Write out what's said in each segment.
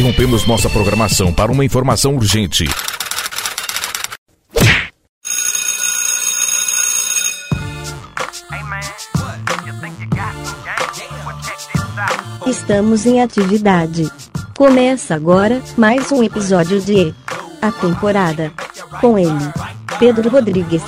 Interrompemos nossa programação para uma informação urgente. Estamos em atividade. Começa agora mais um episódio de A Temporada. Com ele, Pedro Rodrigues.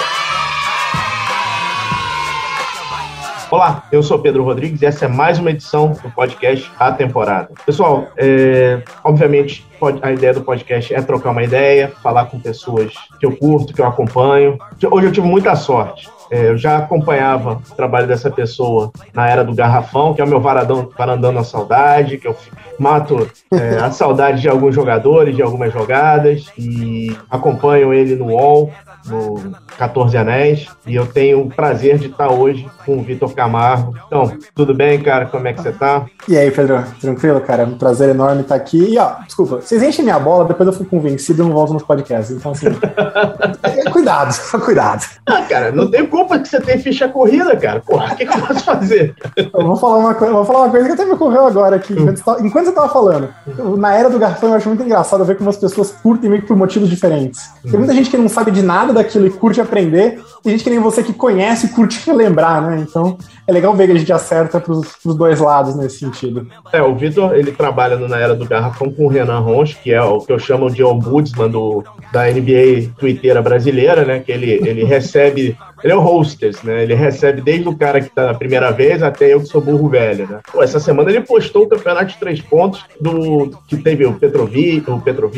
Olá, eu sou Pedro Rodrigues e essa é mais uma edição do podcast A Temporada. Pessoal, obviamente a ideia do podcast é trocar uma ideia, falar com pessoas que eu curto, que eu acompanho. Hoje eu tive muita sorte. Eu já acompanhava o trabalho dessa pessoa na era do Garrafão, que é o meu varandão na saudade, que eu mato a saudade de alguns jogadores, de algumas jogadas, e acompanho ele no UOL, no 14 Anéis, e eu tenho o prazer de estar hoje com o Vitor Camargo. Então, tudo bem, cara? Como é que você tá? E aí, Pedro? Tranquilo, cara? Um prazer enorme estar aqui. E, desculpa, vocês enchem minha bola, depois eu fui convencido e não volto nos podcasts. Então, assim, cuidado, só cuidado. Cara, não tem culpa que você tem ficha corrida, cara. Porra, o que eu posso fazer? Eu vou falar uma coisa que até me ocorreu agora aqui, enquanto você tava falando. Na era do Garrafão, eu acho muito engraçado ver como as pessoas curtem meio que por motivos diferentes. Tem muita gente que não sabe de nada daquilo e curte aprender, e gente que nem você que conhece e curte relembrar, né? Então, é legal ver que a gente acerta pros dois lados nesse sentido. O Vitor, ele trabalha na era do Garrafão com o Renan Ronchi, que é o que eu chamo de ombudsman da NBA twitteira brasileira, né? Que ele recebe... Ele é o hostess, né? Ele recebe desde o cara que tá na primeira vez até eu que sou burro velho, né? Essa semana ele postou o campeonato de 3 pontos que teve o Petrovic,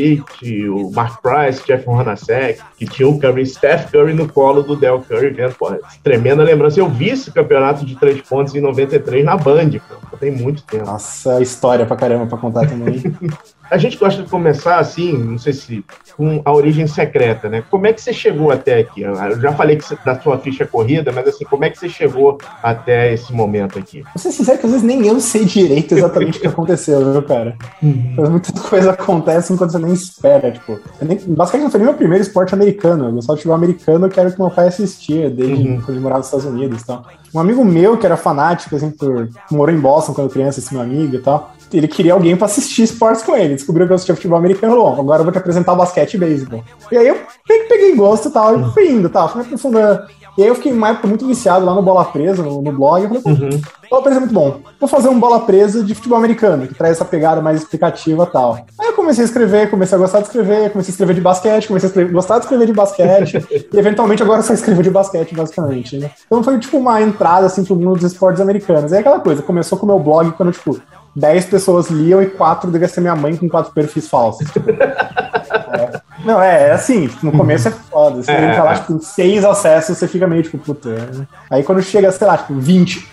o Mark Price, Jeff Hornacek, que tinha o Steph Curry no colo do Del Curry, vendo, tremenda lembrança. Eu vi esse campeonato de 3 pontos em 93 na Band, tem muito tempo. Nossa, história pra caramba pra contar também. A gente gosta de começar assim, não sei se com a origem secreta, né? Como é que você chegou até aqui? Eu já falei da sua ficha corrida, mas assim, como é que você chegou até esse momento aqui? Vou ser sincero que às vezes nem eu sei direito exatamente o que aconteceu, viu, cara? Muita coisa acontece enquanto você nem espera, tipo. Basquete não foi nem meu primeiro esporte americano, eu gostava de futebol americano, que era o que meu pai assistia desde quando ele morava nos Estados Unidos e tal. Um amigo meu que era fanático, assim, morou em Boston quando criança, esse meu amigo e tal, ele queria alguém pra assistir esportes com ele. Descobriu que eu assistia futebol americano, falou, agora eu vou te apresentar o basquete e beisebol. E aí eu peguei gosto e tal, e fui indo, tal, fui me aprofundando. E aí eu fiquei uma época muito viciado lá no Bola Presa, no blog, eu falei, Bola Presa é muito bom. Vou fazer um Bola Presa de futebol americano, que traz essa pegada mais explicativa e tal. Aí eu comecei a escrever, comecei a gostar de escrever, comecei a escrever de basquete, gostar de escrever de basquete, e eventualmente agora só escrevo de basquete, basicamente, né? Então foi tipo uma entrada, assim, pro mundo dos esportes americanos. Aí aquela coisa, começou com o meu blog quando, 10 pessoas liam e 4 devia ser minha mãe com 4 perfis falsos. Não, assim, no começo é foda. Você entra lá, 6 acessos, você fica meio puta. Né? Aí quando chega, sei lá, 20.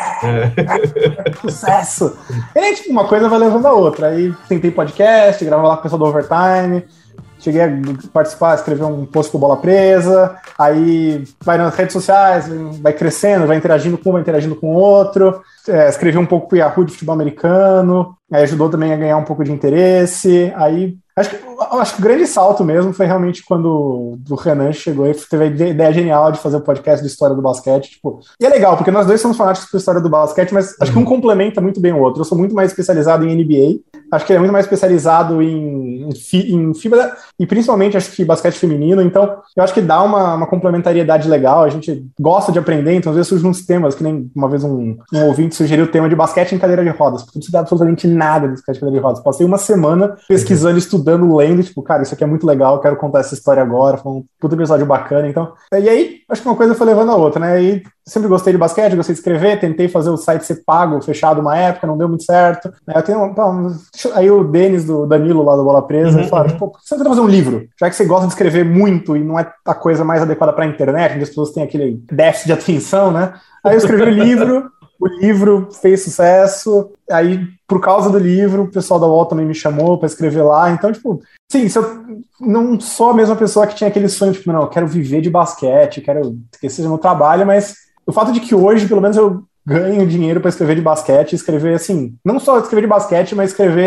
Sucesso! E aí, uma coisa vai levando a outra. Aí tentei podcast, gravava lá com o pessoal do Overtime. Cheguei a participar, escrever um post pro Bola Presa, aí vai nas redes sociais, vai crescendo, vai interagindo com um, vai interagindo com o outro. Escrevi um pouco pro Yahoo de futebol americano, aí ajudou também a ganhar um pouco de interesse. Aí acho que o grande salto mesmo foi realmente quando o Renan chegou e teve a ideia genial de fazer o podcast de história do basquete. E é legal, porque nós dois somos fanáticos da história do basquete, mas acho que um complementa muito bem o outro. Eu sou muito mais especializado em NBA, acho que ele é muito mais especializado em FIBA e principalmente acho que basquete feminino, então eu acho que dá uma complementariedade legal, a gente gosta de aprender, então às vezes surgem uns temas, que nem uma vez um ouvinte sugeriu o tema de basquete em cadeira de rodas, porque não precisa absolutamente nada de basquete em cadeira de rodas. Passei uma semana pesquisando, estudando, lendo, cara, isso aqui é muito legal, eu quero contar essa história agora, foi um puto episódio bacana, então. E aí, acho que uma coisa foi levando a outra, né? E sempre gostei de basquete, gostei de escrever, tentei fazer o site ser pago, fechado uma época, não deu muito certo. Aí o Denis, do Danilo lá do Bola Presa, falaram, por que você não tenta fazer um livro? Já que você gosta de escrever muito e não é a coisa mais adequada pra internet, onde as pessoas têm aquele déficit de atenção, né? Aí eu escrevi o livro fez sucesso, aí por causa do livro o pessoal da UOL também me chamou pra escrever lá, então sim, se eu não sou a mesma pessoa que tinha aquele sonho, não, eu quero viver de basquete, quero que esse seja meu trabalho, mas o fato de que hoje, pelo menos, eu ganho dinheiro pra escrever de basquete, escrever assim, não só escrever de basquete, mas escrever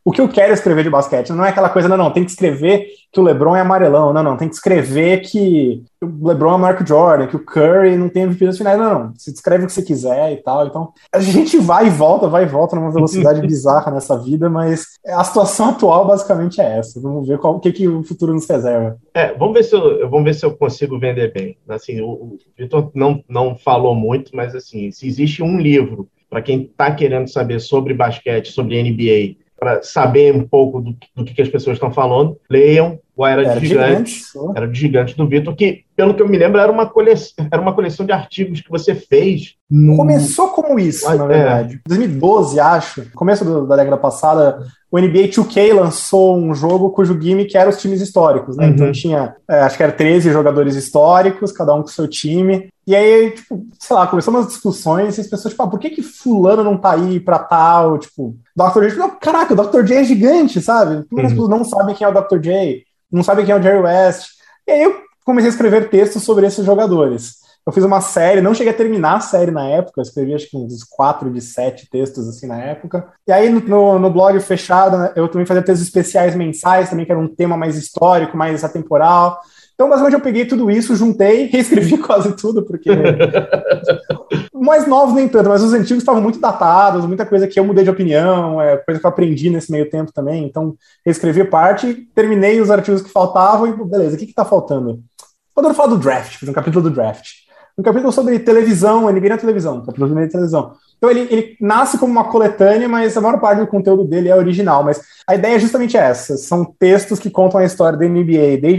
o que eu quero escrever de basquete. Não é aquela coisa, não, tem que escrever que o LeBron é amarelão. Não, tem que escrever que o LeBron é Mark Jordan, que o Curry não tem MVP nas finais. Não. Você escreve o que você quiser e tal. Então, a gente vai e volta numa velocidade bizarra nessa vida, mas a situação atual basicamente é essa. Vamos ver o que o futuro nos reserva. Vamos ver se eu consigo vender bem. Assim, o Vitor não falou muito, mas assim, se existe um livro para quem está querendo saber sobre basquete, sobre NBA, para saber um pouco do que as pessoas estão falando, leiam o Era de Gigantes. Era de Gigantes do Vitor, que, pelo que eu me lembro, era uma coleção de artigos que você fez. Começou como isso, na verdade. Em 2012, acho, começo da década passada, o NBA 2K lançou um jogo cujo gimmick era os times históricos, né? Então tinha, acho que era 13 jogadores históricos, cada um com seu time. E aí, tipo, sei lá, começou umas discussões e as pessoas, tipo, por que fulano não tá aí pra tal? Tipo, Dr. J, não, caraca, o Dr. J é gigante, sabe? As pessoas não sabem quem é o Dr. J, não sabem quem é o Jerry West. E aí eu comecei a escrever textos sobre esses jogadores. Eu fiz uma série, não cheguei a terminar a série na época, eu escrevi acho que uns 4 de 7 textos assim na época. E aí no blog fechado, né, eu também fazia textos especiais mensais também, que era um tema mais histórico, mais atemporal. Então, basicamente, eu peguei tudo isso, juntei, reescrevi quase tudo, porque... mais novos nem tanto, mas os antigos estavam muito datados, muita coisa que eu mudei de opinião, coisa que eu aprendi nesse meio tempo também. Então, reescrevi parte, terminei os artigos que faltavam e, beleza, o que tá faltando? Quando eu falo do draft, fiz um capítulo do draft. Um capítulo sobre televisão, NBA na televisão, capítulo sobre televisão. Então ele nasce como uma coletânea, mas a maior parte do conteúdo dele é original. Mas a ideia é justamente essa. São textos que contam a história da NBA desde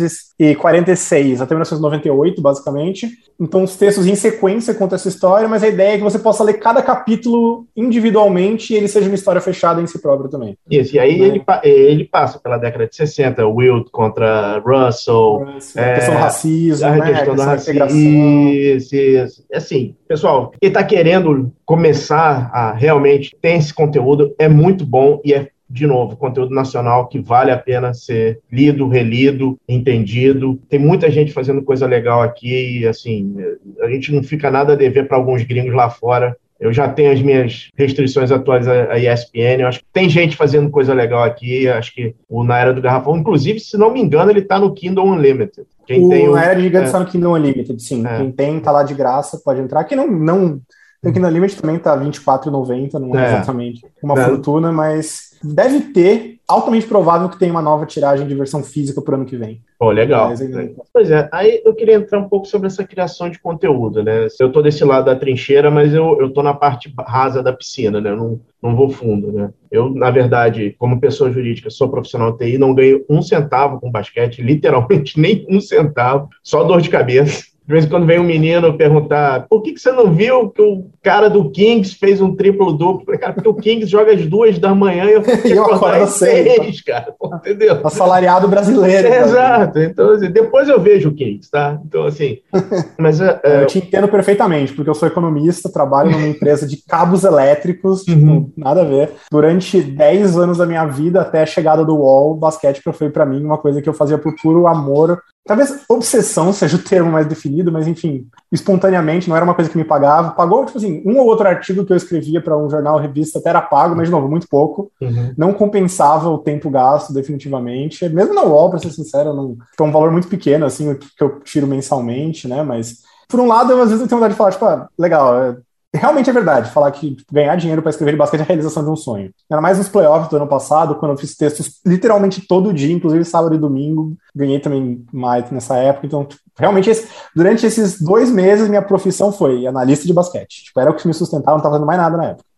1946 até 1998, basicamente. Então os textos em sequência contam essa história, mas a ideia é que você possa ler cada capítulo individualmente e ele seja uma história fechada em si próprio também. Isso, e aí ele passa pela década de 60, Wilt contra Russell. A questão do racismo, a questão da racismo. Isso. Assim, pessoal, quem está querendo começar a realmente ter esse conteúdo é muito bom e de novo, conteúdo nacional que vale a pena ser lido, relido, entendido. Tem muita gente fazendo coisa legal aqui e, assim, a gente não fica nada a dever para alguns gringos lá fora. Eu já tenho as minhas restrições atuais à ESPN. Eu acho que tem gente fazendo coisa legal aqui. Acho que o Na Era do Garrafão, inclusive, se não me engano, ele está no Kindle Unlimited. Na Era de Gigantes está no Kindle Unlimited, sim. Quem tem, está lá de graça, pode entrar. Quem não tem Kindle Unlimited também está R$24,90, não é exatamente uma fortuna, mas deve ter, altamente provável que tenha uma nova tiragem de versão física para o ano que vem. Pô, legal. Pois é, aí eu queria entrar um pouco sobre essa criação de conteúdo, né? Eu estou desse lado da trincheira, mas eu estou na parte rasa da piscina, né? Eu não vou fundo, né? Eu, na verdade, como pessoa jurídica, sou profissional TI, não ganho um centavo com basquete, literalmente nem um centavo, só dor de cabeça. De vez em quando vem um menino perguntar por que você não viu que o cara do Kings fez um triplo-duplo? Falei, cara, porque o Kings joga às 2 da manhã e eu acordo às 6, cara. Entendeu? Assalariado brasileiro. Exato. Então, assim, depois eu vejo o Kings, tá? Então, assim... Mas, eu te entendo perfeitamente, porque eu sou economista, trabalho numa empresa de cabos elétricos, tipo, nada a ver. Durante 10 anos da minha vida, até a chegada do UOL, basquete foi pra mim uma coisa que eu fazia por puro amor. Talvez obsessão seja o termo mais definido, mas enfim, espontaneamente, não era uma coisa que me pagava. Pagou, tipo assim, um ou outro artigo que eu escrevia para um jornal, revista, até era pago, mas de novo, muito pouco. Não compensava o tempo gasto, definitivamente. Mesmo na UOL, para ser sincero, é um valor muito pequeno, assim, que eu tiro mensalmente, né? Mas, por um lado, às vezes eu tenho vontade de falar, tipo, legal, realmente é verdade, falar que ganhar dinheiro para escrever de basquete é a realização de um sonho. Era mais nos playoffs do ano passado, quando eu fiz textos literalmente todo dia, inclusive sábado e domingo. Ganhei também mais nessa época. Então, realmente, durante esses 2 meses, minha profissão foi analista de basquete. Tipo, era o que me sustentava, não estava fazendo mais nada na época.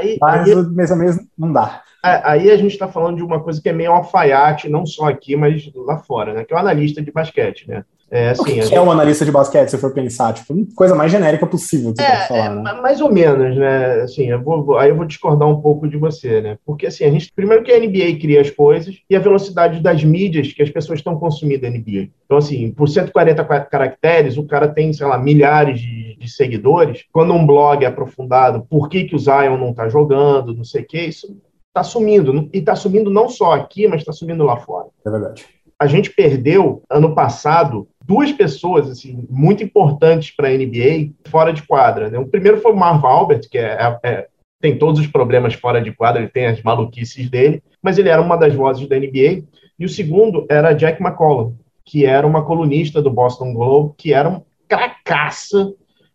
Mas mês a mês não dá. Aí a gente está falando de uma coisa que é meio alfaiate, não só aqui, mas lá fora, né? Que é o analista de basquete, né? O que é um analista de basquete, se for pensar? Tipo, coisa mais genérica possível que você pode falar, né? Mais ou menos, né? Assim, aí eu vou discordar um pouco de você, né? Porque, assim, primeiro que a NBA cria as coisas e a velocidade das mídias que as pessoas estão consumindo a NBA. Então, assim, por 140 caracteres, o cara tem, sei lá, milhares de seguidores. Quando um blog é aprofundado, por que o Zion não está jogando, não sei o quê, isso está sumindo. E está sumindo não só aqui, mas está sumindo lá fora. É verdade. A gente perdeu, ano passado, 2 pessoas assim, muito importantes para a NBA fora de quadra, né? O primeiro foi o Marv Albert, que é tem todos os problemas fora de quadra, ele tem as maluquices dele, mas ele era uma das vozes da NBA. E o segundo era Jack McCollum, que era uma colunista do Boston Globe, que era um cracaça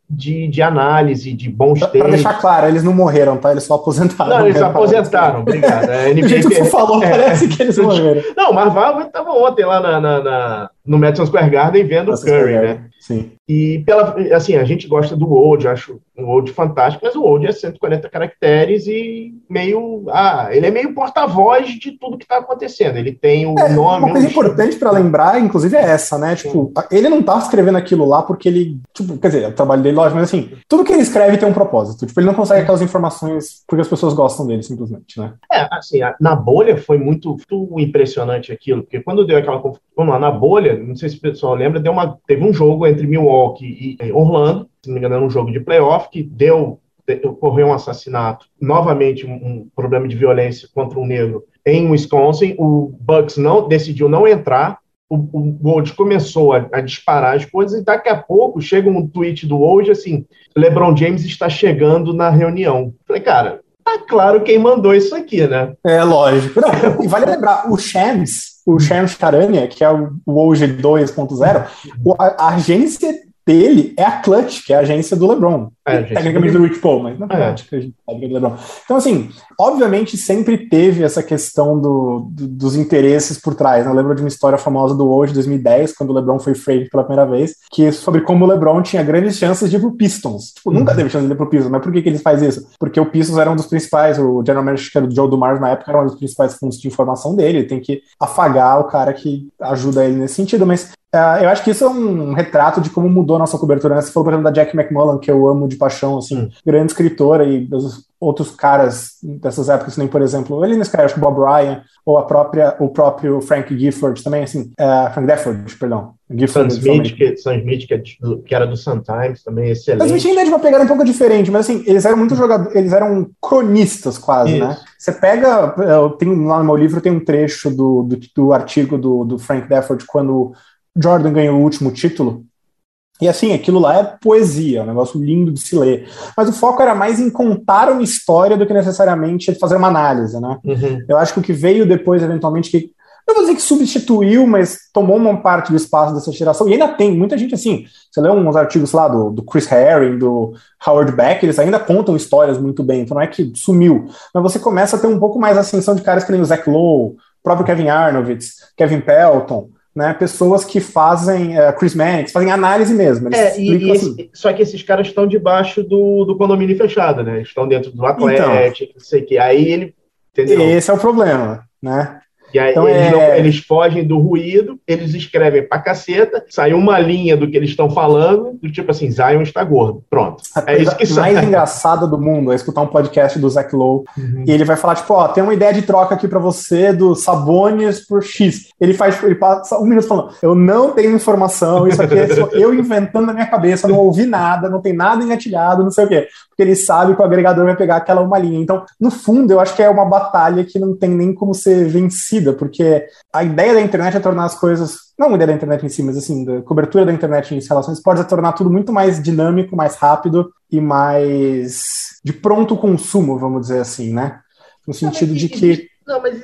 de análise, de bons textos. Para deixar claro, eles não morreram, tá? Eles só aposentaram. Não, eles aposentaram, obrigado. Do jeito que você falou, parece que eles morreram. Não, mas Marval estava ontem lá no Madison Square Garden vendo o Curry, né? Sim. E, assim, a gente gosta do Woj, acho o Woj fantástico, mas o Woj é 140 caracteres e ele é meio porta-voz de tudo que está acontecendo. Ele tem o nome... Uma coisa importante para lembrar, inclusive, é essa, né? Tipo, ele não tá escrevendo aquilo lá porque ele... Tipo, quer dizer, é o trabalho dele, lógico, mas assim, tudo que ele escreve tem um propósito. Tipo, ele não consegue aquelas informações porque as pessoas gostam dele, simplesmente, né? Assim, na bolha foi muito impressionante aquilo, porque quando deu aquela... Vamos lá, na bolha, não sei se o pessoal lembra, teve um jogo entre Milwaukee e Orlando, se não me engano, era um jogo de playoff, que ocorreu um assassinato, novamente um problema de violência contra um negro em Wisconsin. O Bucks decidiu não entrar, o Woj começou a disparar as coisas, e daqui a pouco chega um tweet do Woj assim: LeBron James está chegando na reunião. Falei, cara, tá claro quem mandou isso aqui, né? É, lógico. Não, e vale lembrar, o Shams Charania, que é o Woj 2.0, a agência dele é a Clutch, que é a agência do LeBron. Tecnicamente do Rich Paul, mas na prática a gente sabe do LeBron. Então, assim, obviamente sempre teve essa questão dos interesses por trás, né? Eu lembro de uma história famosa do Woj de 2010, quando o LeBron foi free pela primeira vez, que é sobre como o LeBron tinha grandes chances de ir pro Pistons. Tipo, nunca teve chance de ir pro Pistons, mas por que ele faz isso? Porque o Pistons era um dos principais, o general manager, que era o Joe Dumars na época, era um dos principais fontes de informação dele, ele tem que afagar o cara que ajuda ele nesse sentido, mas eu acho que isso é um retrato de como mudou a nossa cobertura, né? Você falou, por exemplo, da Jack McMullen, que eu amo de paixão, assim, grande escritora, e dos outros caras dessas épocas, nem, por exemplo, ele nesse cara, acho que o Bob Ryan, ou o próprio Frank Gifford também, assim, Frank Deford, perdão. Sam Smith, que era do Sun Times, também excelente. Sam Smith ainda é de uma pegada um pouco diferente, mas assim, eles eram muito jogadores, eles eram cronistas quase, né? Você pega, lá no meu livro tem um trecho do artigo do Frank Deford, quando Jordan ganhou o último título, e assim, aquilo lá é poesia, um negócio lindo de se ler, mas o foco era mais em contar uma história do que necessariamente fazer uma análise, né? Eu acho que o que veio depois, eventualmente, que não vou dizer que substituiu, mas tomou uma parte do espaço dessa geração, e ainda tem muita gente assim, você lê uns artigos lá do Chris Herring, do Howard Beck, eles ainda contam histórias muito bem, então não é que sumiu, mas você começa a ter um pouco mais a ascensão de caras que nem o Zach Lowe, o próprio Kevin Arnovitz, Kevin Pelton, né, pessoas que fazem, Chris Mannix, fazem análise mesmo. Assim. Só que esses caras estão debaixo do condomínio fechado, né? Estão dentro do Atlético, não sei o que. Aí ele... Entendeu? Esse é o problema, né? E aí então eles fogem do ruído, eles escrevem pra caceta, sai uma linha do que eles estão falando, do tipo assim, Zion está gordo. Pronto. É isso que mais engraçada do mundo é escutar um podcast do Zach Lowe, e ele vai falar, tipo, tem uma ideia de troca aqui pra você do Sabonis por X. Ele passa 1 minuto falando, eu não tenho informação, isso aqui é só eu inventando na minha cabeça, não ouvi nada, não tem nada engatilhado, não sei o quê. Porque ele sabe que o agregador vai pegar aquela uma linha. Então, no fundo, eu acho que é uma batalha que não tem nem como ser vencida, porque a ideia da internet é tornar as coisas, não a ideia da internet em si, mas assim, da cobertura da internet em relações, pode tornar tudo muito mais dinâmico, mais rápido e mais de pronto consumo, vamos dizer assim, né? No sentido de que... Não, mas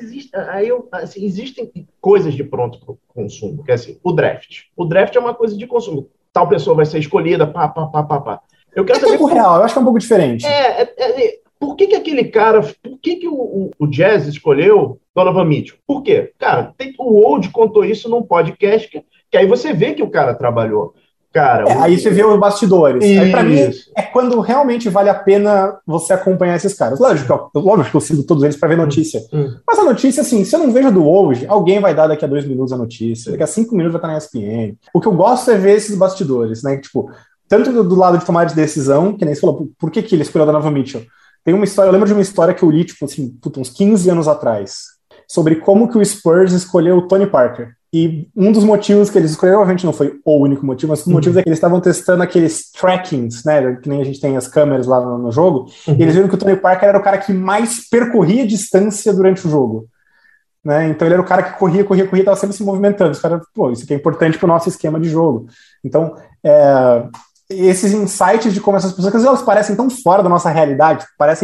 existem coisas de pronto consumo, que é assim, o draft. O draft é uma coisa de consumo. Tal pessoa vai ser escolhida, pá. Eu quero saber... tempo real, eu acho que é um pouco diferente. Por que aquele cara... Por que o Jazz escolheu Donovan Mitchell? Por quê? Cara, o Woj contou isso num podcast que aí você vê que o cara trabalhou. Cara, aí você vê os bastidores. Aí, pra mim, é quando realmente vale a pena você acompanhar esses caras. Lógico que eu sigo todos eles pra ver notícia. Mas a notícia, assim, se eu não vejo do Woj, alguém vai dar daqui a 2 minutos a notícia. Daqui a 5 minutos vai estar na ESPN. O que eu gosto é ver esses bastidores, né? Tipo, tanto do lado de tomar de decisão, que nem você falou, por que ele escolheu o Donovan Mitchell? Tem uma história, eu lembro de uma história que eu li, tipo assim, uns 15 anos atrás, sobre como que o Spurs escolheu o Tony Parker. E um dos motivos que eles escolheram, obviamente não foi o único motivo, mas um dos motivos é que eles estavam testando aqueles trackings, né, que nem a gente tem as câmeras lá no jogo, e eles viram que o Tony Parker era o cara que mais percorria distância durante o jogo. Né? Então ele era o cara que corria, estava sempre se movimentando. Os caras, isso aqui é importante para o nosso esquema de jogo. Então, esses insights de como essas pessoas, às vezes elas parecem tão fora da nossa realidade, parecem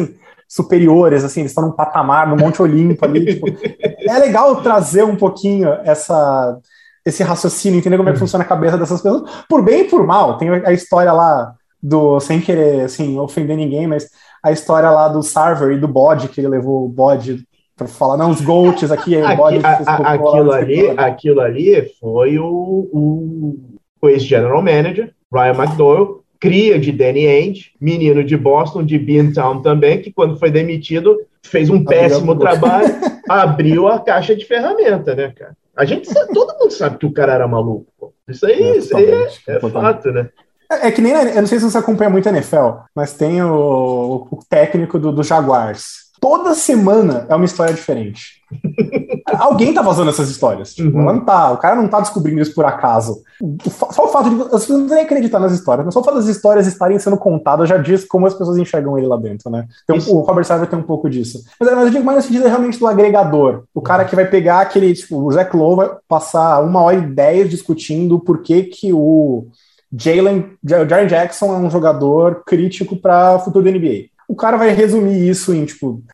superiores, assim, eles estão num patamar, no Monte Olimpo ali, tipo, é legal trazer um pouquinho esse raciocínio, entender como é que funciona a cabeça dessas pessoas, por bem e por mal. Tem a história lá sem querer, assim, ofender ninguém, mas a história lá do Sarver e do bode, que ele levou o bode para falar, não, os GOATs aqui, aí o bode... Aquilo ali foi o ex-general manager, Ryan McDowell, cria de Danny Ainge, menino de Boston, de Beantown também, que quando foi demitido fez um péssimo trabalho, abriu a caixa de ferramenta, né, cara? Todo mundo sabe que o cara era maluco, pô. Isso aí é fato, né? É que nem, eu não sei se você acompanha muito a NFL, mas tem o técnico do Jaguars. Toda semana é uma história diferente. Alguém tá vazando essas histórias. Tipo, o cara não tá descobrindo isso por acaso. Só o fato de... As pessoas não têm que acreditar nas histórias, mas só o fato das histórias estarem sendo contadas já diz como as pessoas enxergam ele lá dentro, né? Então, o Robert Sarver tem um pouco disso. Mas eu digo mais no sentido realmente do agregador. O cara que vai pegar aquele... Tipo, o Zach Lowe vai passar 1h10 discutindo por que o Jaren Jackson é um jogador crítico para o futuro da NBA. O cara vai resumir isso em,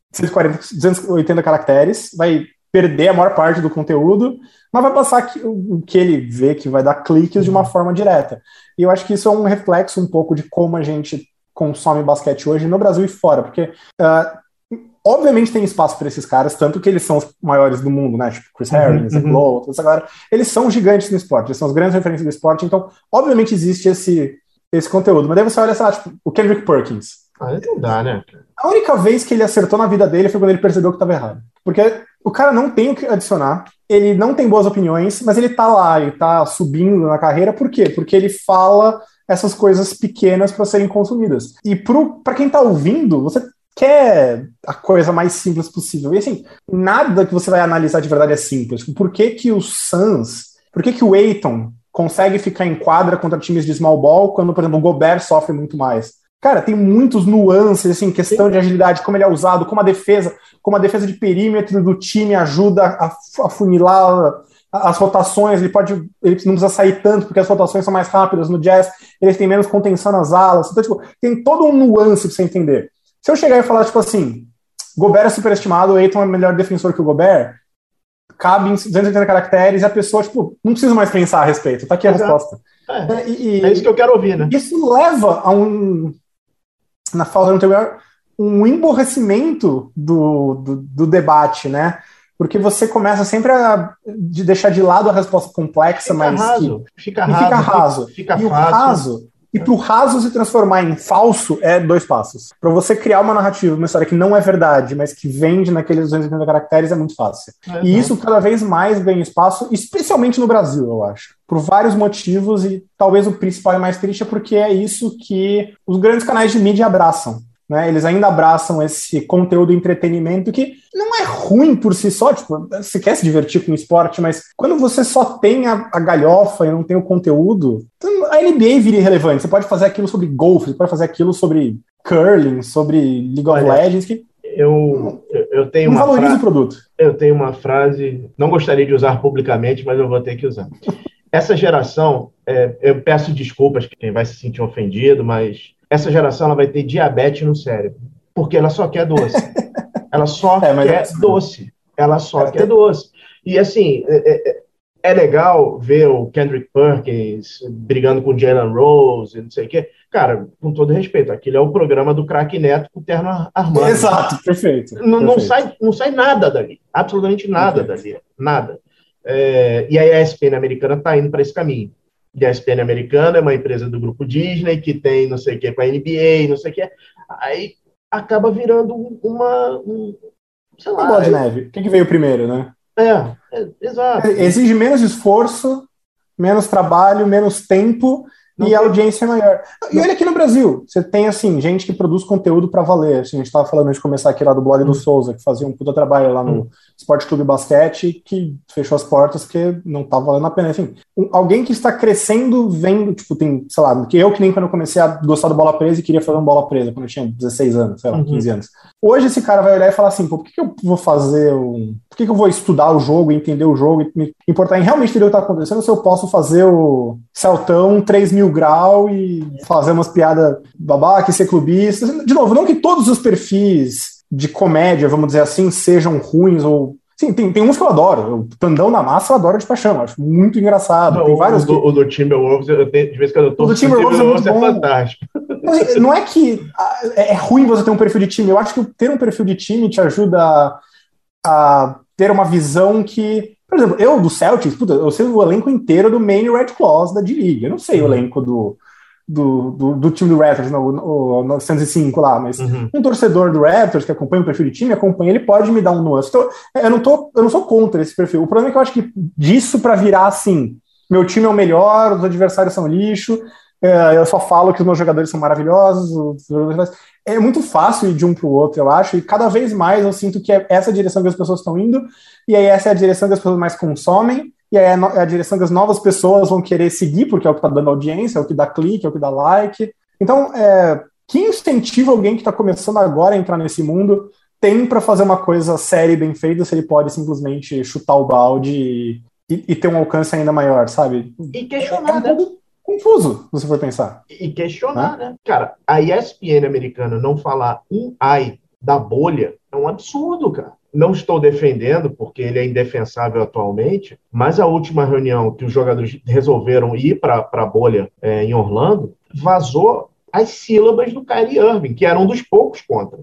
280 caracteres, vai perder a maior parte do conteúdo, mas vai passar o que ele vê que vai dar cliques de uma forma direta. E eu acho que isso é um reflexo um pouco de como a gente consome basquete hoje no Brasil e fora, porque obviamente tem espaço para esses caras, tanto que eles são os maiores do mundo, né? Tipo Chris Herring, Zach Lowe, toda essa galera. Eles são gigantes no esporte, eles são as grandes referências do esporte, então obviamente existe esse conteúdo. Mas daí você olha, sei lá, o Kendrick Perkins. Não dá, né? A única vez que ele acertou na vida dele foi quando ele percebeu que estava errado. Porque o cara não tem o que adicionar, ele não tem boas opiniões, mas ele tá lá, ele tá subindo na carreira. Por quê? Porque ele fala essas coisas pequenas para serem consumidas. E para quem tá ouvindo, você quer a coisa mais simples possível. E assim, nada que você vai analisar de verdade é simples. Por que o Suns, por que o Ayton consegue ficar em quadra contra times de small ball quando, por exemplo, o Gobert sofre muito mais? Cara, tem muitos nuances, assim, questão de agilidade, como ele é usado, como a defesa de perímetro do time ajuda a funilar as rotações, ele não precisa sair tanto, porque as rotações são mais rápidas no Jazz, eles têm menos contenção nas alas, então, tem todo um nuance pra você entender. Se eu chegar e falar, assim, Gobert é superestimado, o Ayton é melhor defensor que o Gobert, cabe em 280 caracteres e a pessoa, não precisa mais pensar a respeito, tá aqui a resposta. É isso que eu quero ouvir, né? Isso leva a na falta de um termo melhor, um emborrecimento do debate, né? Porque você começa sempre a deixar de lado a resposta complexa, fica raso. E para o raso se transformar em falso é 2 passos. Para você criar uma narrativa, uma história que não é verdade, mas que vende naqueles 250 caracteres é muito fácil. E isso cada vez mais ganha espaço, especialmente no Brasil, eu acho. Por vários motivos, e talvez o principal e mais triste é porque é isso que os grandes canais de mídia abraçam. Né? Eles ainda abraçam esse conteúdo de entretenimento que não é ruim por si só, você quer se divertir com o esporte, mas quando você só tem a galhofa e não tem o conteúdo, então a NBA vira irrelevante. Você pode fazer aquilo sobre golfe, você pode fazer aquilo sobre curling, sobre League of Legends, que eu tenho não valoriza o produto. Eu tenho uma frase, não gostaria de usar publicamente, mas eu vou ter que usar. Essa geração, eu peço desculpas quem vai se sentir ofendido, mas essa geração ela vai ter diabetes no cérebro, porque ela só quer doce. Ela só quer doce. Ela só quer doce. E assim, é legal ver o Kendrick Perkins brigando com o Jalen Rose e não sei o quê. Cara, com todo respeito, aquilo é o programa do craque Neto com o terno armado. Exato, perfeito. Não sai nada dali. Absolutamente nada dali. Nada. E aí a ESPN americana está indo para esse caminho. E a ESPN americana é uma empresa do grupo Disney que tem não sei o que com a NBA, não sei o que. Aí acaba virando sei lá. Uma bola de neve. O que veio primeiro, né? Exato. Exige menos esforço, menos trabalho, menos tempo e a audiência é maior. E olha aqui no Brasil, você tem assim, gente que produz conteúdo para valer. Assim, a gente estava falando de começar aqui lá do blog do Souza, que fazia um puta trabalho lá no Esporte Clube Basquete, que fechou as portas porque não estava valendo a pena. Assim, alguém que está crescendo vendo, tem, sei lá, que nem quando eu comecei a gostar do bola presa e queria fazer um bola presa, quando eu tinha 16 anos, sei lá, 15 anos. Hoje esse cara vai olhar e falar assim, por que eu vou fazer por que eu vou estudar o jogo, entender o jogo e me importar em realmente entender o que está acontecendo se eu posso fazer o Celtão 3.000 grau e fazer umas piadas babaca e ser clubista. De novo, não que todos os perfis de comédia, vamos dizer assim, sejam ruins ou... Sim, tem uns que eu adoro. O Tandão na Massa eu adoro de paixão. Acho muito engraçado. Não, tem vários o do Timberwolves, de vez em quando eu tô... O do Timberwolves é muito bom. Fantástico. Mas não é que é ruim você ter um perfil de time. Eu acho que ter um perfil de time te ajuda a ter uma visão que... Por exemplo, eu do Celtics, eu sei o elenco inteiro do Maine Red Claws da D-League. Eu não sei o elenco do time do Raptors, no 905 lá, mas um torcedor do Raptors que acompanha o perfil de time, ele pode me dar um nuance. Então, eu não sou contra esse perfil. O problema é que eu acho que disso pra virar assim, meu time é o melhor, os adversários são lixo, eu só falo que os meus jogadores são maravilhosos, é muito fácil ir de um pro outro, eu acho, e cada vez mais eu sinto que é essa a direção que as pessoas estão indo, e aí essa é a direção que as pessoas mais consomem, e aí é a direção que as novas pessoas vão querer seguir, porque é o que está dando audiência, é o que dá clique, é o que dá like. Então, que incentivo alguém que está começando agora a entrar nesse mundo tem para fazer uma coisa séria e bem feita, se ele pode simplesmente chutar o balde e ter um alcance ainda maior, sabe? E questionar, um pouco confuso, se você for pensar. E questionar, né? Cara, a ESPN americana não falar um ai da bolha é um absurdo, cara. Não estou defendendo, porque ele é indefensável atualmente, mas a última reunião que os jogadores resolveram ir para a bolha em Orlando, vazou as sílabas do Kyrie Irving, que era um dos poucos contra,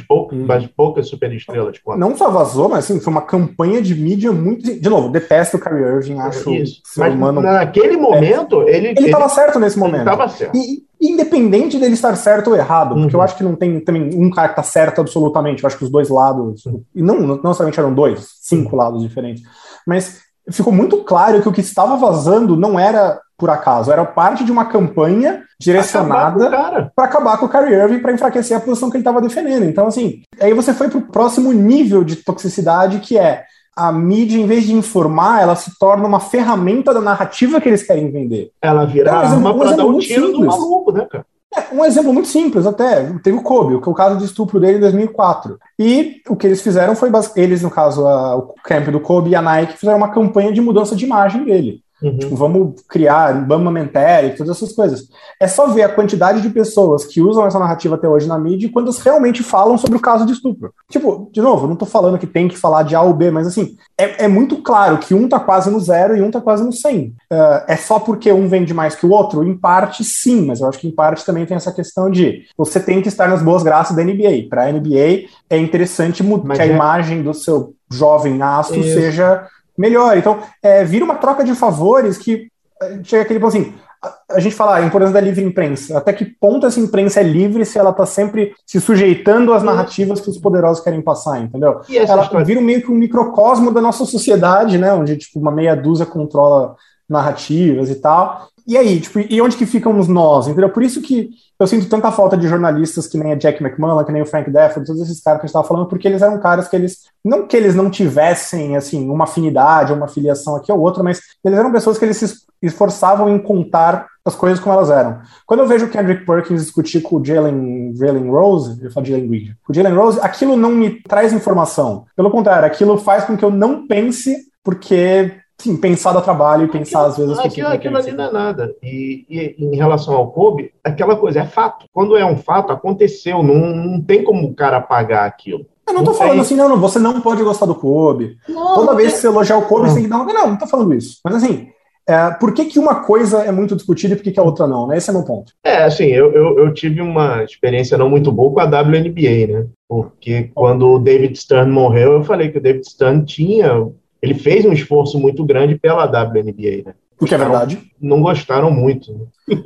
das poucas superestrelas contra. Não só vazou, mas assim, foi uma campanha de mídia muito... De novo, detesto o Kyrie Irving, acho... Isso, mas humano, naquele momento... Ele estava certo nesse momento. Ele estava certo. E independente dele estar certo ou errado, porque eu acho que não tem também um cara que está certo absolutamente, eu acho que os dois lados... E não necessariamente eram 5 lados diferentes, mas ficou muito claro que o que estava vazando não era por acaso, era parte de uma campanha direcionada para acabar com o Kyrie Irving, para enfraquecer a posição que ele estava defendendo. Então, assim, aí você foi para o próximo nível de toxicidade, que é a mídia, em vez de informar, ela se torna uma ferramenta da narrativa que eles querem vender. Ela vira arma para dar um tiro do maluco, né, cara? Um exemplo muito simples até, teve o Kobe, que é o caso de estupro dele em 2004. E o que eles fizeram foi, eles, no caso, o camp do Kobe e a Nike, fizeram uma campanha de mudança de imagem dele. Tipo, vamos criar Bamba Mentere e todas essas coisas. É só ver a quantidade de pessoas que usam essa narrativa até hoje na mídia e quantas realmente falam sobre o caso de estupro. Tipo, de novo, não tô falando que tem que falar de A ou B, mas assim, é muito claro que um tá quase no 0 e um tá quase no 100. É só porque um vende mais que o outro? Em parte, sim, mas eu acho que em parte também tem essa questão de você tem que estar nas boas graças da NBA. Pra NBA é interessante que a imagem do seu jovem astro seja melhor. Então, vira uma troca de favores que chega aquele ponto assim, a gente fala a importância da livre imprensa. Até que ponto essa imprensa é livre se ela está sempre se sujeitando às narrativas que os poderosos querem passar, entendeu? Ela vira meio que um microcosmo da nossa sociedade, né? Onde tipo, uma meia dúzia controla narrativas e tal. E aí, tipo, e onde que ficamos nós, entendeu? Por isso que eu sinto tanta falta de jornalistas que nem a Jack McMullen, que nem o Frank Deford, todos esses caras que a gente estava falando, porque eles eram caras que eles não tivessem, assim, uma afinidade, uma filiação aqui ou outra, mas eles eram pessoas que eles se esforçavam em contar as coisas como elas eram. Quando eu vejo o Kendrick Perkins discutir com o Jalen Rose, eu falo Jalen Green, com o Jalen Rose, aquilo não me traz informação. Pelo contrário, aquilo faz com que eu não pense, porque... Sim, pensar dá trabalho e pensar às vezes... Aquilo ali não é nada. E em relação ao Kobe, aquela coisa, é fato. Quando é um fato, aconteceu. Não tem como o cara apagar aquilo. Eu não tô falando assim, não, você não pode gostar do Kobe. Toda vez que você elogiar o Kobe, você tem que dar uma... Não tô falando isso. Mas assim, por que uma coisa é muito discutida e por que a outra não? Né? Esse é o meu ponto. Assim, eu tive uma experiência não muito boa com a WNBA, né? Porque quando o David Stern morreu, eu falei que o David Stern ele fez um esforço muito grande pela WNBA, né? O que é verdade. Não gostaram muito. Né?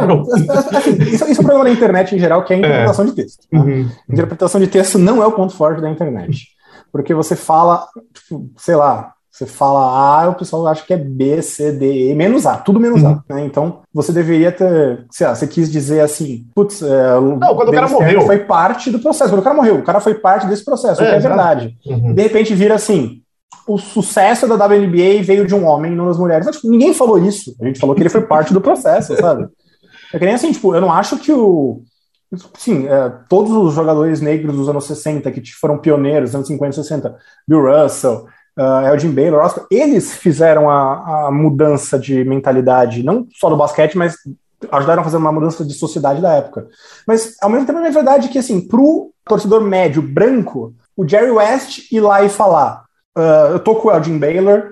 Assim, isso é um problema da internet em geral, que é a interpretação de texto. Tá? Interpretação de texto não é o ponto forte da internet. Porque você fala, tipo, sei lá, você fala A, o pessoal acha que é B, C, D, E, menos A, tudo menos A. Né? Então, você deveria ter, sei lá, você quis dizer assim, putz, quando o cara morreu. Foi parte do processo. Quando o cara morreu, o cara foi parte desse processo, o que é verdade. De repente vira assim, o sucesso da WNBA veio de um homem, não das mulheres. Não, tipo, ninguém falou isso. A gente falou que ele foi parte do processo, sabe? É que nem assim, tipo, eu não acho que todos os jogadores negros dos anos 60 que foram pioneiros, anos 50 e 60, Bill Russell, Elgin Baylor, Oscar, eles fizeram a mudança de mentalidade, não só do basquete, mas ajudaram a fazer uma mudança de sociedade da época. Mas, ao mesmo tempo, é verdade que, assim, pro torcedor médio, branco, o Jerry West ir lá e falar, eu tô com o Elgin Baylor,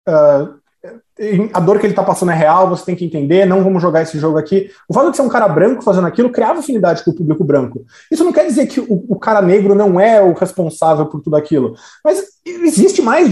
a dor que ele tá passando é real, você tem que entender, não vamos jogar esse jogo aqui. O fato de ser um cara branco fazendo aquilo criava afinidade com o público branco. Isso não quer dizer que o cara negro não é o responsável por tudo aquilo, mas existe mais de